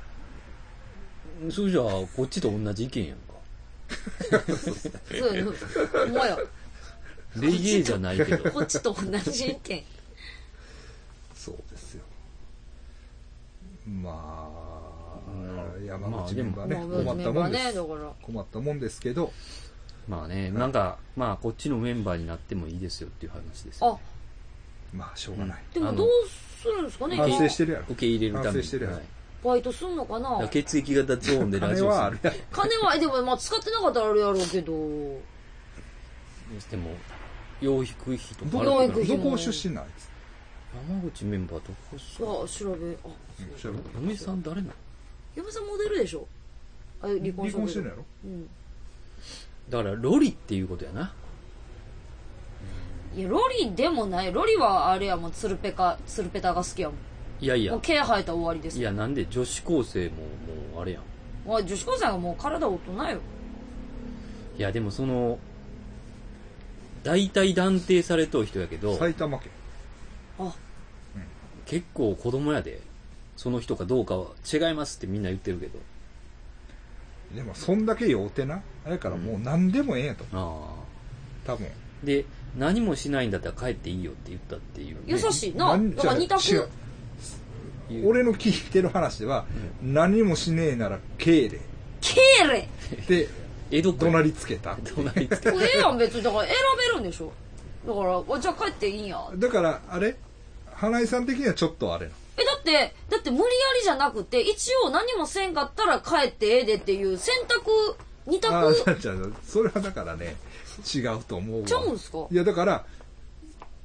それじゃあ、こっちと同じ意見やんか。 そうや、ほんまや。 レゲエじゃないけど。 こっちと同じ意見。 そうですよ。まあ、山口メンバーね、困ったもんです。困ったもんですけど。 まあね、なんか、まあ、こっちのメンバーになってもいいですよっていう話ですよね。 あ、まあ、しょうがない。 でもどうするんですかね。 反省してるやろ。 受け入れるために。 反省してるやろ。 バイトすんのかな。 血液型ゾーンでラジオする。 金はあるやろ。 金は、でも、まあ、使ってなかったらあるやろうけど。どうしても、養育費とか。 養育費どこ出身なんですか？ 山口メンバーどこっすか？ あ、調べ、あ、 調べ。嫁さん誰なの？ 嫁さんモデルでしょ？あ、離婚してるやろ？ うん。 だからロリっていうことやな。 いや、ロリでもない。ロリはあれやもん、ツルペカ、ツルペタが好きやもん。 いやいや。 もう毛生えたら終わりです。 いや、なんで女子高生ももうあれやん。 あ、女子高生がもう体大人よ。 いや、でもその、大体断定されとる人やけど。 埼玉県。 あ、うん、 結構子供やで。その人かどうかは違いますってみんな言ってるけど。 でもそんだけ酔うてなあれからもう何でもええんやと、うん、あ多分で何もしないんだったら帰っていいよって言ったっていう、ね、 優しいな。だから二択。 俺の聞いてる話では、うん、何もしねえなら敬礼敬礼で江戸怒鳴りつけた怒鳴りつけたええやん別に。だから選べるんでしょ。だからじゃあ帰っていいんや。だからあれ花井さん的にはちょっとあれなえ、だって、だって無理やりじゃなくて、一応何もせんかったら帰ってええでっていう選択、二択。 ああ、じゃあ、それはだからね、違うと思うわ。 ちゃうんすか？ いや、だから、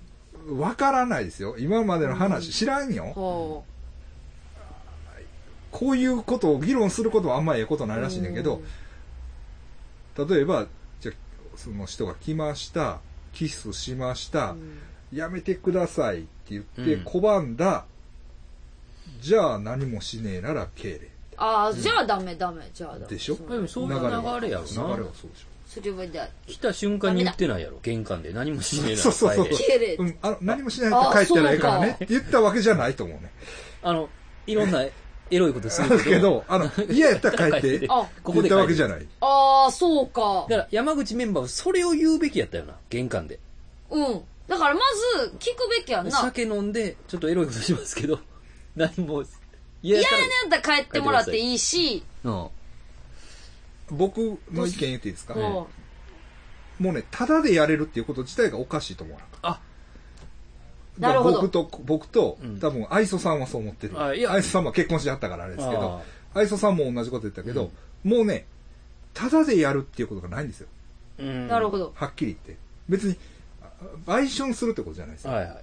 わからないですよ。今までの話、うん、知らんよ。はこういうことを議論することはあんまりええことないらしいねんけど、例えばじゃあその人が来ました、キスしました、うん、やめてくださいって言って拒んだ、うん、じゃあ何もしねえなら敬礼。 ああ、うん、じゃあダメダメ、じゃあダメでしょ。 でもそういう流れやろな。流れはそうでしょ。 それはだ来た瞬間に言ってないやろ、玄関で何もしねえならそうそうそう、うん、あの何もしないと帰ってないからねって言ったわけじゃないと思うね。 あのいろんなエロいことするけど、あの嫌やったら帰ってここで言ったわけじゃない。 ああ、そうか。 だから山口メンバーはそれを言うべきやったよな、玄関で。 うん。だからまず聞くべきやんな。 酒飲んでちょっとエロいことしますけど、何も嫌やねんだったら帰ってもらっていいし。うん。 僕の意見言っていいですか、ね、もうね、ただでやれるっていうこと自体がおかしいと思う。 あ、 なるほど。 僕と、僕と、うん、多分、愛想さんはそう思ってる。愛想さんも結婚してはったからあれですけど、愛想さんも同じこと言ったけど、うん、もうね、ただでやるっていうことがないんですよ。 うん、なるほど。 はっきり言って。別に、売春するってことじゃないですか。 はいはい。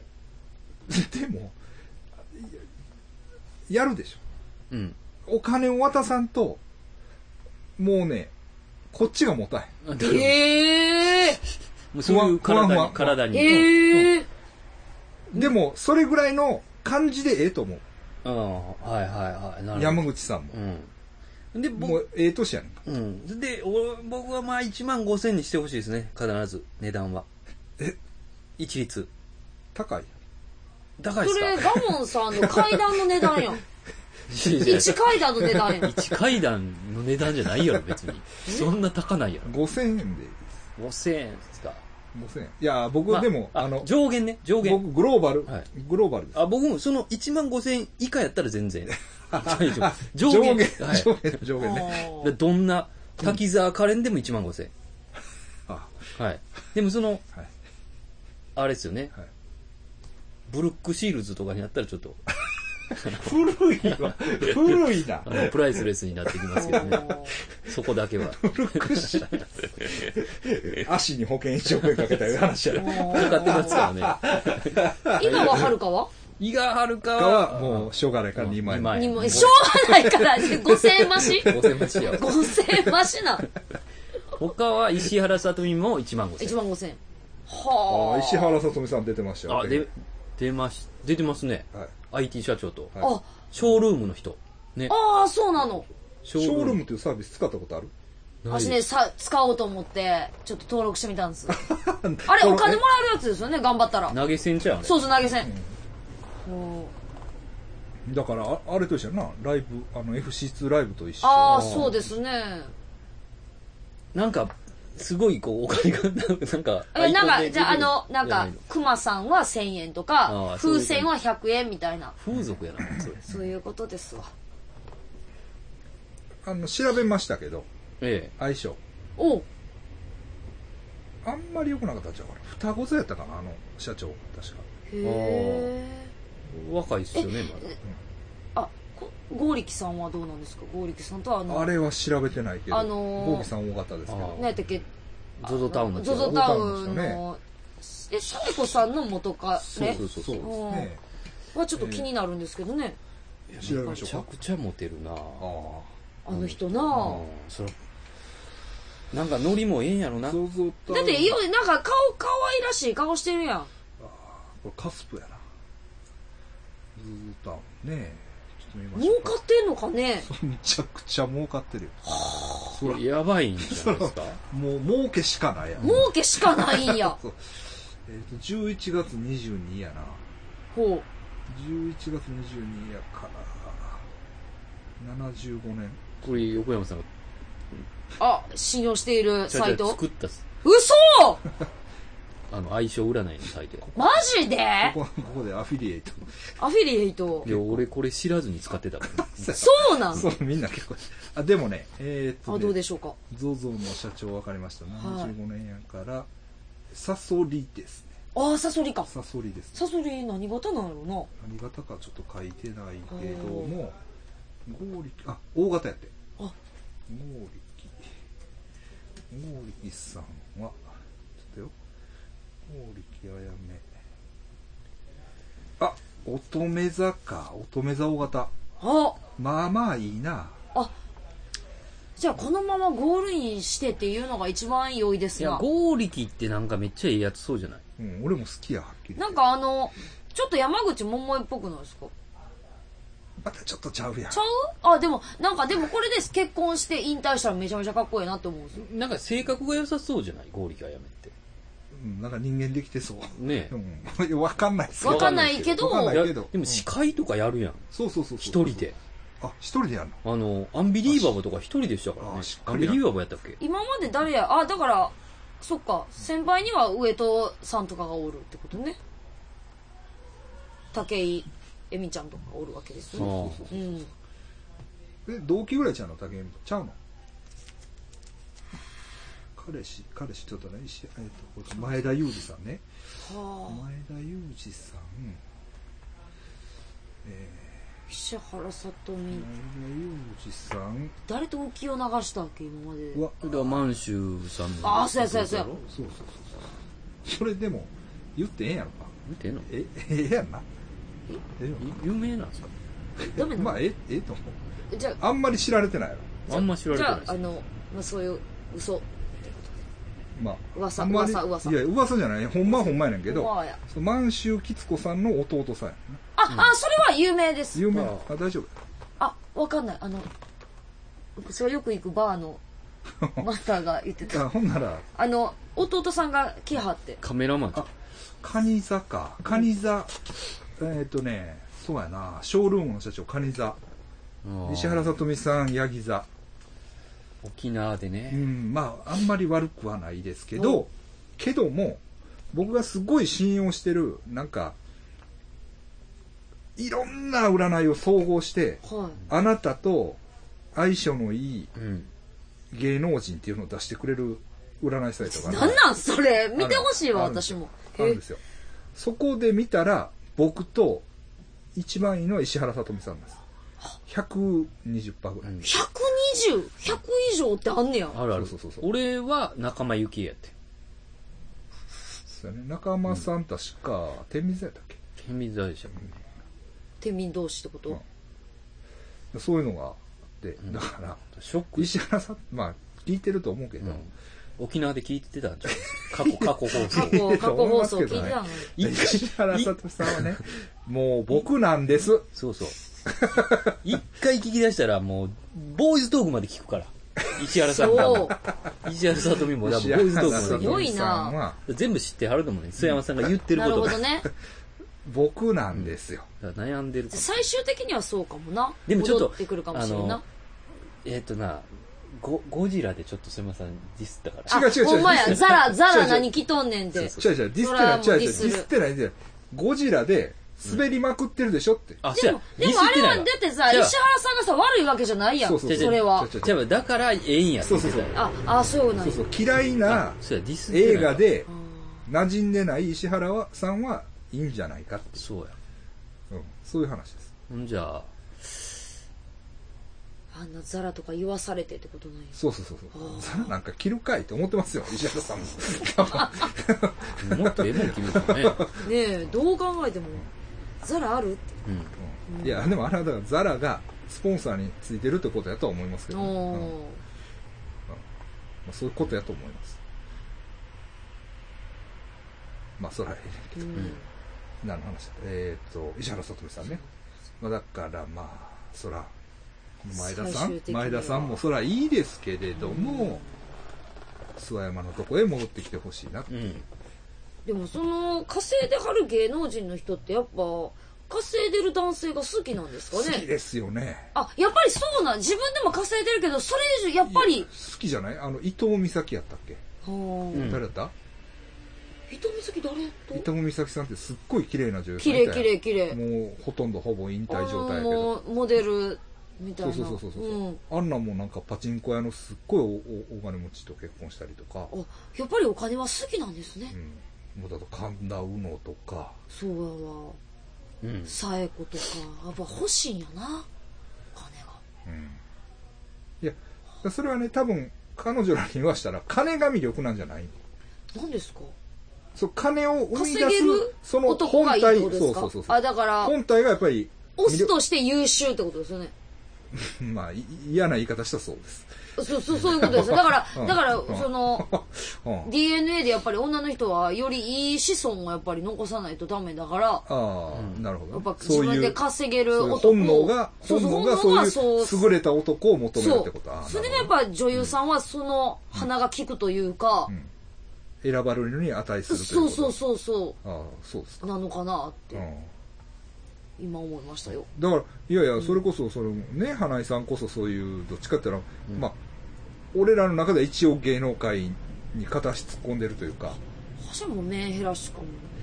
でも、やるでしょ。 うん。 お金を渡さんと、もうね、こっちがもたへん。 ええー、 もうそういう体に、体に。 ええー、でも、それぐらいの感じでええと思う。 ああ、はいはいはい。 なるほど。山口さんも。うん。で、もう、ええ年やねんか。 うん。で、僕はまあいちまんごせんにしてほしいですね。必ず、値段は。 え一律。 高い。 高いっすか？ それ、ガモンさんの階段の値段やん。一階段の値段やん。 一階段の値段じゃないやろ、別に。そんな高ないやろ。 ごせんえんでいいです。 ごせんえんですか。 ごせんえん。いや、僕、まあ、でも、あの、 上限ね、上限。 僕、グローバル、はい、グローバルです。 あ、僕もそのいちまんごせんえん以下やったら全然。 上限。上限。はい、上限、上限ね。 どんな、滝沢カレンでもいちまんごせんえん。 あはい。でもその、はい、あれですよね、 はい。 ブルックシールズとかになったらちょっと。 古いわ。古いな。 あのプライスレスになってきますけどね。そこだけは。 ブルックシールズ。足に保険いちおくえんかけたいう話や。 かかってますからね。井川遥は井川遥はもうしょうがないからにまい。 にまい。しょうがないからごせんえん増し ? ごせんえん増しや。 ごせんえん増しな。 他は石原さとみもいちまんごせんえん。 いちまんごせんえん。はあ。石原さとみさん出てましたよ。 あ、で、出まし、出てますね。 はい。 アイティー 社長と。 あ、 ショールームの人。ね。 ああ、そうなの。 ショールームっていうサービス使ったことある？ 私ね、さ、使おうと思って、ちょっと登録してみたんです。あれ、お金もらえるやつですよね、頑張ったら。 投げ銭ちゃうね。 そうそう、投げ銭。 うん、だから、あ, あれと一緒やな。ライブ、あの、エフシーツー ライブと一緒。 ああ、そうですね。 なんか、すごい、こう、お金が、なんか、 なんか、じゃあ、あの、なんか、熊さんはせんえんとか、風船はひゃくえんみたいな。 風俗やな、それ。 そういうことですわ。 あの、調べましたけど、 ええ。 相性。 おう。 あんまり良くなかったんちゃうかな。双子座やったかな、あの、社長、確か。 へー。若いっすよね、 まだ。あ、剛力さんはどうなんですか？剛力さんとあのあれは調べてないけど、 あのー、 剛力さん多かったですけど。 何やったっけ？ ゾゾタウンの。 ゾゾタウンの、え、サイコさんの元カレ？ そうそうそう。そうですね。 はちょっと気になるんですけどね。 えー、調べましょうか。 めちゃくちゃモテるなぁ。 あの人なぁ。 それなんかノリもええんやろな。 だって、なんか顔、可愛らしい顔してるやん。ああ、これカスプやな。ズータウンね。ちょっと見ましょうか。 儲かってんのかね。 めちゃくちゃ儲かってるよ。 それやばいんじゃないですか。 もう儲けしかないやん。 儲けしかないんや。 えっと、じゅういちがつにじゅうにやな。 ほう。 じゅういちがつにじゅうにやから、ななじゅうごねん。 これ横山さんが。 あ、信用しているサイト作ったっす。 嘘あの、相性占いのサイト。 マジでここ、ここでアフィリエイト。 アフィリエイト。 いや、俺これ知らずに使ってたから。 そうなんそう、みんな結構。あ、でもね、えー、っと、ね。 あ、どうでしょうか。 ゾゾの社長分かりました。ななじゅうごねんやから、サソリですね。 ああ、サソリか。 サソリです、ね。 サソリ何型なんやろうな。 何型かちょっと書いてないけども、剛力、あ、大型やって。 あ、剛力。剛力さんは、ちょっとよ。剛力あやめ。あ、乙女座か。乙女座大型。 あまあまあいいな。 あじゃあこのままゴールインしてっていうのが一番良いですいや、 な。 ゴーリキってなんかめっちゃいいやつそうじゃない？ うん、俺も好きや、はっきり言って。 なんかあのちょっと山口百恵っぽくないですか？ またちょっとちゃうやん。 ちゃう？あでもなんかでもこれです結婚して引退したらめちゃめちゃかっこいいなって思うんですよ。 なんか性格が良さそうじゃない？ゴーリキはやめて。 うん、なんか人間できてそう。 ねえ。うん。わかんないっすわかんないけど。 わかんないけど。 でも司会とかやるやん。 そうそうそう。 一人で。 あ、一人でやるの？ あの、アンビリーバボーとか一人でしたからね。アンビリーバボーやったっけ？ 今まで誰や、あ、だから、そっか、先輩には上戸さんとかがおるってことね。武井絵美ちゃんとかがおるわけですね。そうそうそう。うん。 え、同期ぐらいちゃうの？武井絵美ちゃうの？彼氏、彼氏ちょっとね、石えっと、前田裕二さんね。はあ。前田裕二さん、えー、 石原さとみ。 前田裕二さん。 誰と浮世流したっけ今まで。 うわ、だから満州さんの。 ああ、そうやそうやそうや。 そうそうそうそう。それでも、言ってええんやろか。 言ってええの？ え、ええやんな。 ええ有名なんですか？ ダメなの？ まあ、ええ、ええと思う。 じゃあ、あんまり知られてないやろ。あんま知られてないです。 じゃあ、あの、まあ、そういう嘘。 まあ、 噂、 あんまり噂、噂。 いや、噂じゃない。ほんまはほんまやねんけど、 ほんまや満州吉子さんの弟さんやな。 あ、あ、それは有名です。 有名。あ、大丈夫。 あ、わかんない。あの、それよく行くバーのマスターが言ってた。 あ、ほんなら。 あの、弟さんが来はって。 カメラマン。 あ、カニ座か。カニ座。えーっとね、そうやな。ショールームの社長、カニ座。石原さとみさん、ヤギ座。 沖縄でね。 うん、まあ、あんまり悪くはないですけど、けども、僕がすごい信用してる、なんか、いろんな占いを総合して、はい、あなたと相性のいい芸能人っていうのを出してくれる占いサイトがある。 なんなんそれ見てほしいわ、私も。 あるんですよ。そこで見たら、僕と一番いいのは石原さとみさんです。ひゃくにじゅっパーセント ぐらい。 ひゃくにじゅう?ひゃく 以上ってあんねや。 あるある。そうそうそう。俺は仲間由紀恵やって。 そうやね。仲間さん確か、天水やったっけ？ 天水でしたもんね。 天秤同士ってこと、 うん、そういうのがあって、だから、うん、ショック石原さん、まあ、聞いてると思うけど、うん、 沖縄で聞いてたんじゃないですか。過去、過去放送。 過去、過去放送聞いてたのに。 石原さとみさんはね、もう僕なんです。 そうそう。一回聞き出したら、もう、ボーイズトークまで聞くから。石原さんが。石原さとみも、ボーイズトークまで聞く。 すごいな。 全部知ってはると思うね。須山さんが言ってることが。 なるほどね。 僕なんですよ、 うん、悩んでる最終的にはそうかもな。 でもちょっと戻ってくるかもしれんな。 えっ、ー、となゴゴジラでちょっとすみませんディスったから違う違う違うほんまやザラザラ何着とんねんで違う違うディスってない違う違うディスってないでゴジラで滑りまくってるでしょって、うん、 あでもでもあれはだってさ石原さんがさ悪いわけじゃないやん。そうそうそうそれはじゃあだからええんやそうそうそうああそうなんやそうそう嫌いな映画で馴染んでない石原はさんはいいんじゃないかってそうやうん、そういう話です。 んじゃああんなザラとか言わされてってことない。 そうそうそうそうザラなんか着るかいって思ってますよ石原さんももっとええもん着るかねねえどう考えてもザラあるって、 うんうん、いやでもあれはだからザラがスポンサーについてるってことやとは思いますけど、ねうんうんまあ、そういうことやと思いますまあそれはええけど、うん何の話だえっ、ー、と石原さとみさんね、まあ、だからまあそら前田さん前田さんもそらいいですけれども、うん、諏訪山のとこへ戻ってきてほしいなって、うん、 でもその稼いではる芸能人の人ってやっぱ稼いでる男性が好きなんですかね。 好きですよね。 あやっぱりそうなん自分でも稼いでるけどそれ以上やっぱり好きじゃないあの伊藤美咲やったっけ、うん、誰だった伊藤美咲誰と伊藤美咲さんってすっごい綺麗な女優さん綺麗綺麗綺麗もうほとんどほぼ引退状態やけどもうモデルみたいなそうそうそうそうそう、うん、あんなもんなんかパチンコ屋のすっごい お, お金持ちと結婚したりとかあやっぱりお金は好きなんですね、 うん、もうだと神田うのとかそうやわ紗栄子とかやっぱ欲しいんやなお金が、うん、 いやそれはね多分彼女らに言わしたら金が魅力なんじゃない何ですかそう金を生み出すその本体そうそうそうそうあだから本体がやっぱりオスとして優秀ってことですよね。 まあ、嫌な言い方したらそうです。 そうそう、そういうことですよ。だから、うん、だから、うん、その、うん、ディーエヌエー でやっぱり女の人はよりいい子孫をやっぱり残さないとダメだから、 ああ、なるほど。 やっぱ自分で稼げる男を。本能が、本能がそういう優れた男を求めるってことは。 それがやっぱり女優さんはその鼻が利くというか、うんうん、 選ばれるのに値するということ。 そうそうそうそう。 ああ、そうですか。 なのかなって。うん今思いましたよ。 だからいやいやそれこそそれね花井さんこそそういうどっちかって言ったら、うん、まあ俺らの中では一応芸能界に片足突っ込んでるというか。 私もメンヘラしかも。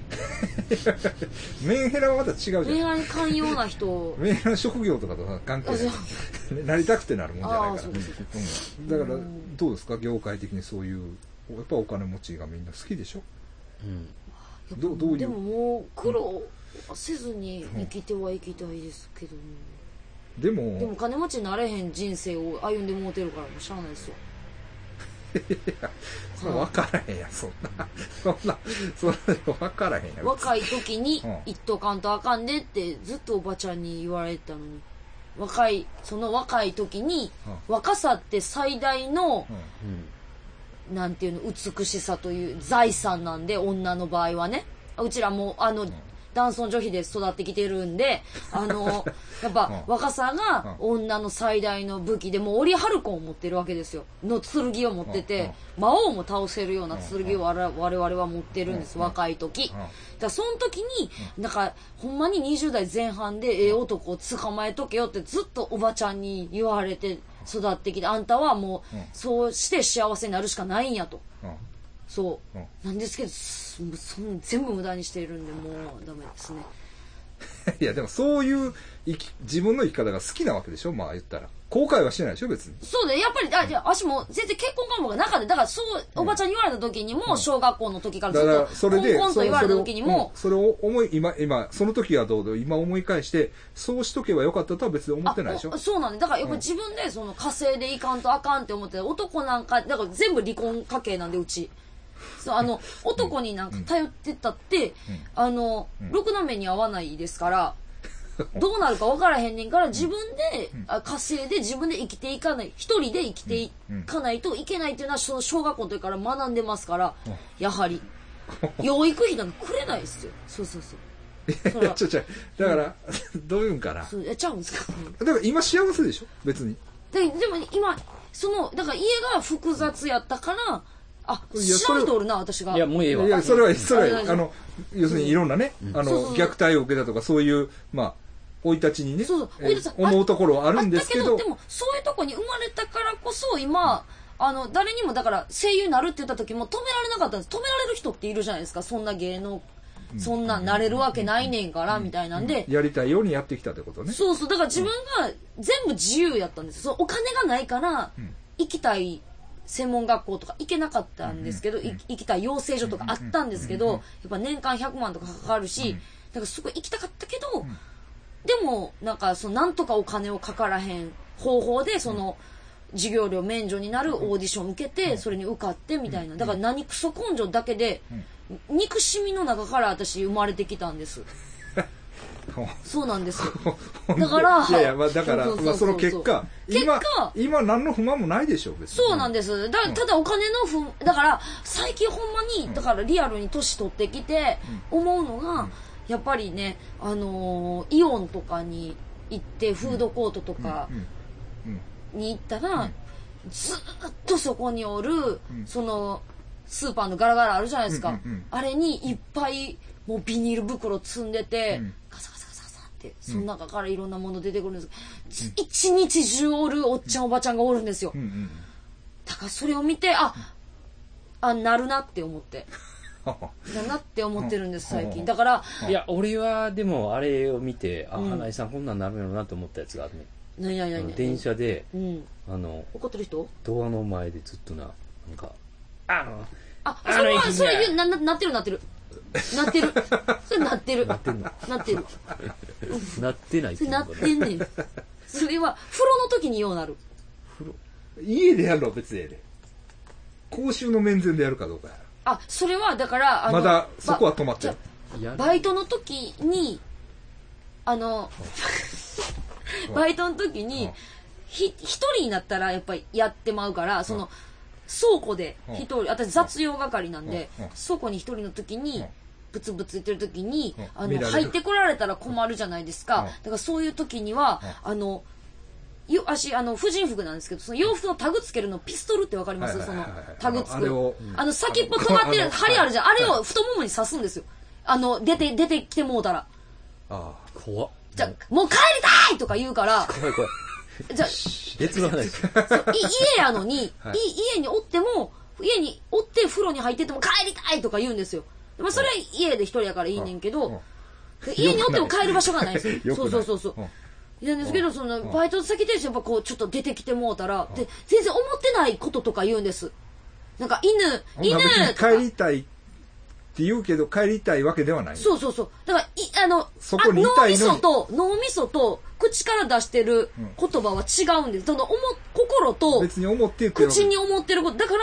メンヘラはまた違うじゃん。 メンヘラに寛容な人。 メンヘラ職業とかと関係ない。なりたくてなるもんじゃないから。そうそうそううん、だからどうですか業界的にそういうやっぱお金持ちがみんな好きでしょ。 うん。どどういうでももう苦労せずに生きては生きたいですけども、 うん、でもでも金持ちになれへん人生を歩んでもうてるからもうしゃあないですよ。 いやそんな分からへんやんそんなそんなそんな分からへんやん。 若い時に言っとかんとあかんでってずっとおばちゃんに言われたのに、若いその若い時に、うん、若さって最大の、うん、なんていうの美しさという財産なんで女の場合はね。うちらもあの、うん、男尊女卑で育ってきてるんであのやっぱ、うん、若さが女の最大の武器でもうオリハルコンを持ってるわけですよの剣を持ってて、うん、魔王も倒せるような剣を我々は持ってるんです、うん、若い時、うん、だからその時になんかほんまににじゅう代前半でええ男を捕まえとけよってずっとおばちゃんに言われて育ってきて、あんたはもう、うん、そうして幸せになるしかないんやと、うんそう、うん、なんですけどそん全部無駄にしているんでもうダメですね。 いやでもそういう生き自分の生き方が好きなわけでしょ。まあ言ったら後悔はしてないでしょ別に。 そうでやっぱりあじゃあ私も全然結婚願望がなかった。だからそうおばちゃんに言われた時にも、うん、小学校の時からずっとコンコンと言われた時にもそれを思い今今その時はどうぞ今思い返してそうしとけばよかったとは別に思ってないでしょ。 そうなんでだからやっぱり自分でその稼いでいかんとあかんって思って男なんかだから全部離婚家系なんでうち。そうあの男になんか頼ってたって、うん、あの、うん、ろくな目に合わないですからどうなるか分からへんねんから自分で、うん、稼いで自分で生きていかない一人で生きていかないといけないっていうのはその小学校の時から学んでますから、うん、やはり養育費なんかくれないですよ。そうそうそういやちょちょだから、うん、どういうんかなそうやっちゃうんですか。 だから今幸せでしょ別に。 ででも今そのだから家が複雑やったからあ、知らん人おるな、私が。 いや、もうええわ。 いや、それは、それは、あの、要するにいろんなね、うん、あのそうそうそう、虐待を受けたとか、そういう、まあ、生い立ちにね、そうそうえー、思うところはあるんですけど。だけど、 でも、そういうとこに生まれたからこそ、今、あの、誰にも、だから、声優になるって言った時も止められなかったんです。止められる人っているじゃないですか、そんな芸能。そんなんなれるわけないねんから、みたいなんで、 うん。やりたいようにやってきたってことね。 そうそう、だから自分が全部自由やったんです。そのお金がないから、行きたい。専門学校とか行けなかったんですけど、うんうん、行きたい養成所とかあったんですけど、やっぱ年間ひゃくまんとかかかるし、だからすごい行きたかったけど、うん、でもなんかそのなんとかお金をかからへん方法でその授業料免除になるオーディション受けてそれに受かってみたいな、だから何クソ根性だけで憎しみの中から私生まれてきたんです。そうなんですよ。だからいやいや、まあ、だからまあその結果今今何の不満もないでしょ別に。 そうなんです。だただお金の不だから最近ほんまにだからリアルに年取ってきて思うのが、うん、やっぱりねあのー、イオンとかに行ってフードコートとかに行ったら、うん、ずっとそこにおる、うん、そのスーパーのガラガラあるじゃないですか、うんうんうん、あれにいっぱいもうビニール袋積んでて、うん、ガサガサガサガサってその中からいろんなもの出てくるんですけど、うん、一日中おるおっちゃんおばちゃんがおるんですよ、うんうん、だからそれを見てああなるなって思ってだなって思ってるんです最近。だからいや俺はでもあれを見てあ、うん、花井さんこんなんなるんやろなと思ったやつがあるね。 何何何電車で、 うん、 あの怒ってる人ドアの前でずっとななんかあのあそれはそれ言う な, な, なってるなってるなってるそれなってるなってんのなってるなってないってそれなってんねんそれは風呂の時にようなる風呂家でやるの別にね公衆の面前でやるかどうかやあそれはだからあのまだそこは止まってるバイトの時にあのバイトの時に、ひ、一人になったらやっぱりやってまうから、その、倉庫で一人、私雑用係なんで、倉庫に一人の時に、ブツブツ言ってる時に、あの、入ってこられたら困るじゃないですか。だからそういう時には、あの、よ、私、あの、婦人服なんですけど、その洋服のタグつけるのピストルってわかります？その、タグつく。あの、先っぽ尖ってる、針あるじゃん。あれを太ももに刺すんですよ。あの、出て、出てきてもうたら。ああ、怖っ。 じゃ、もう帰りたいとか言うから、 怖い怖い。 じゃ、 別の話。 家やのに、はい、家におっても、家におって風呂に入ってても帰りたいとか言うんですよ。まあ、それは家で一人やからいいねんけど、家におっても帰る場所がないんですよ。そうそうそうそう。なんですけど、その、バイト先でやっぱこう、ちょっと出てきてもうたら、で、全然思ってないこととか言うんです。なんか、犬、犬とか。帰りたいって言うけど、帰りたいわけではない。 そうそうそう。だから、い、あの、 そこにいたいのに脳みそと、脳みそと、口から出してる言葉は違うんです。その、思、心と、 別に思ってる口に思ってること。だから、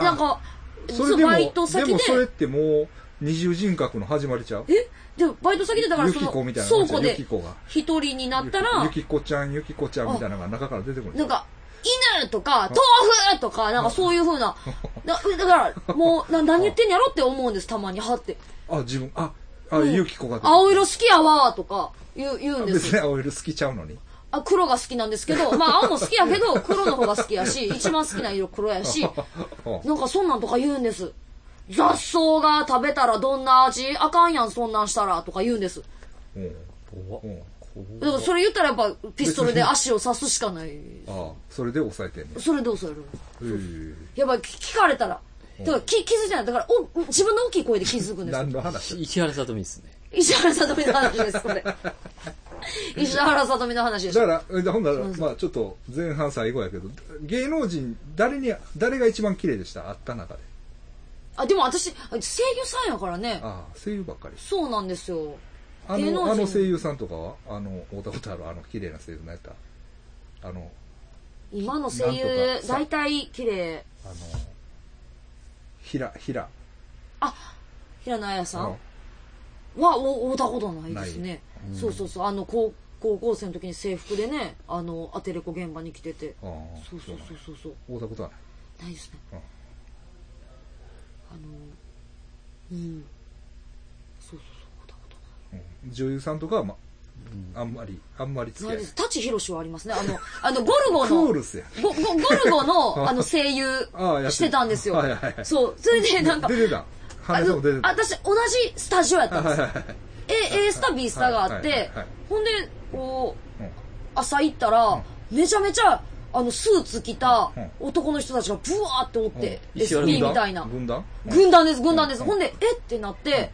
なんか、 それでも、 バイト先で。 でもそれってもう、二重人格の始まりちゃう？ えでも、バイト先でだからその、倉庫で、一人になったら、 ゆきこちゃん、ゆきこちゃんみたいなのが中から出てくる。 なんか、犬とか、豆腐とか、なんかそういう風な、だだから、もう、な、何言ってんやろって思うんです、たまに、はって。 あ、自分、あ、あ、ゆきこが出てくる。青色好きやわとか、言う、言うんです。 別に青色好きちゃうのに。 あ、黒が好きなんですけど、まあ青も好きやけど、黒の方が好きやし、一番好きな色黒やし、なんかそんなんとか言うんです。雑草が食べたらどんな味？あかんやん、そんなんしたら、とか言うんです。うん。だからそれ言ったらやっぱピストルで足を刺すしかない。 ああ、それで抑えてんね。 それで抑える。やっぱ聞かれたら。だから気づいてない。だからお自分の大きい声で気づくんです。 何の話？ 石原さとみですね。 石原さとみの話です、これ。石原さとみの話です。 だから、ほんなら、まあちょっと前半最後やけど、芸能人、誰に、誰が一番綺麗でした？あった中で。 あ、でも私、声優さんやからね。 ああ、声優ばっかり。 そうなんですよ。 あの、あの声優さんとかはあの、会ったことあるあの、綺麗な声優何やったあの、 今の声優、大体綺麗。 あの、ひら、ひら。 あ、平野綾さんは、会ったことないですね。そうそうそう。あの、高高校生の時に制服でね、あの、アテレコ現場に来てて。ああ、そうそうそうそうそう。 会ったことはないないですね。あの、うん。そうそうそう、会ったことない。 うん、女優さんとかは、ま、うん、あんまり、あんまり付き合いない。 舘ひろしはありますね。あの、あの、ゴルゴの、 クールスや。 ゴゴルゴの、あの、声優してたんですよ。 はいはいはい。 そう。それで、なんか、 出てた。 あの、私、同じスタジオやったんですよ。A スタ、B スタがあって、ほんで、こう、朝行ったら、めちゃめちゃ、あの、スーツ着た男の人たちがブワーっておって、エスピー みたいな。 軍団軍団です、軍団です。ほんで、えってなって、で、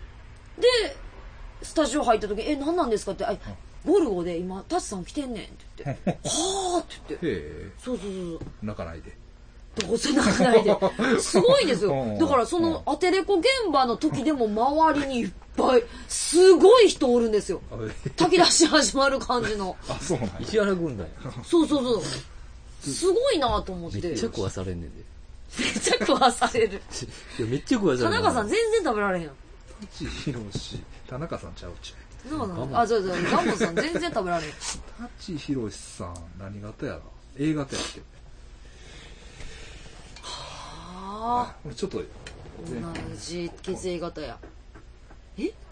スタジオ入った時、え、何なんですかって、あ、ゴルゴで今、タチさん来てんねんって言って、はーって言って。へえ。そうそうそう。 泣かないで。 どうせ泣かないで。すごいですよ。だからそのアテレコ現場の時でも周りにいっぱい、すごい人おるんですよ。炊き出し始まる感じの。 あ、そうなん石原軍団や。 そうそうそう。すごいなと思って。 めっちゃ食わされんねんで。 めっちゃ食わされる。 いや、めっちゃ食わされる。 田中さん全然食べられへん。 舘ひろし、田中さんちゃうちゃう。田中さん、あ、そうそう、ガンボさん全然食べられへん。 舘ひろしさん、何型やろ？A 型やって。 はあ。 ちょっと、 同じ血液型や。え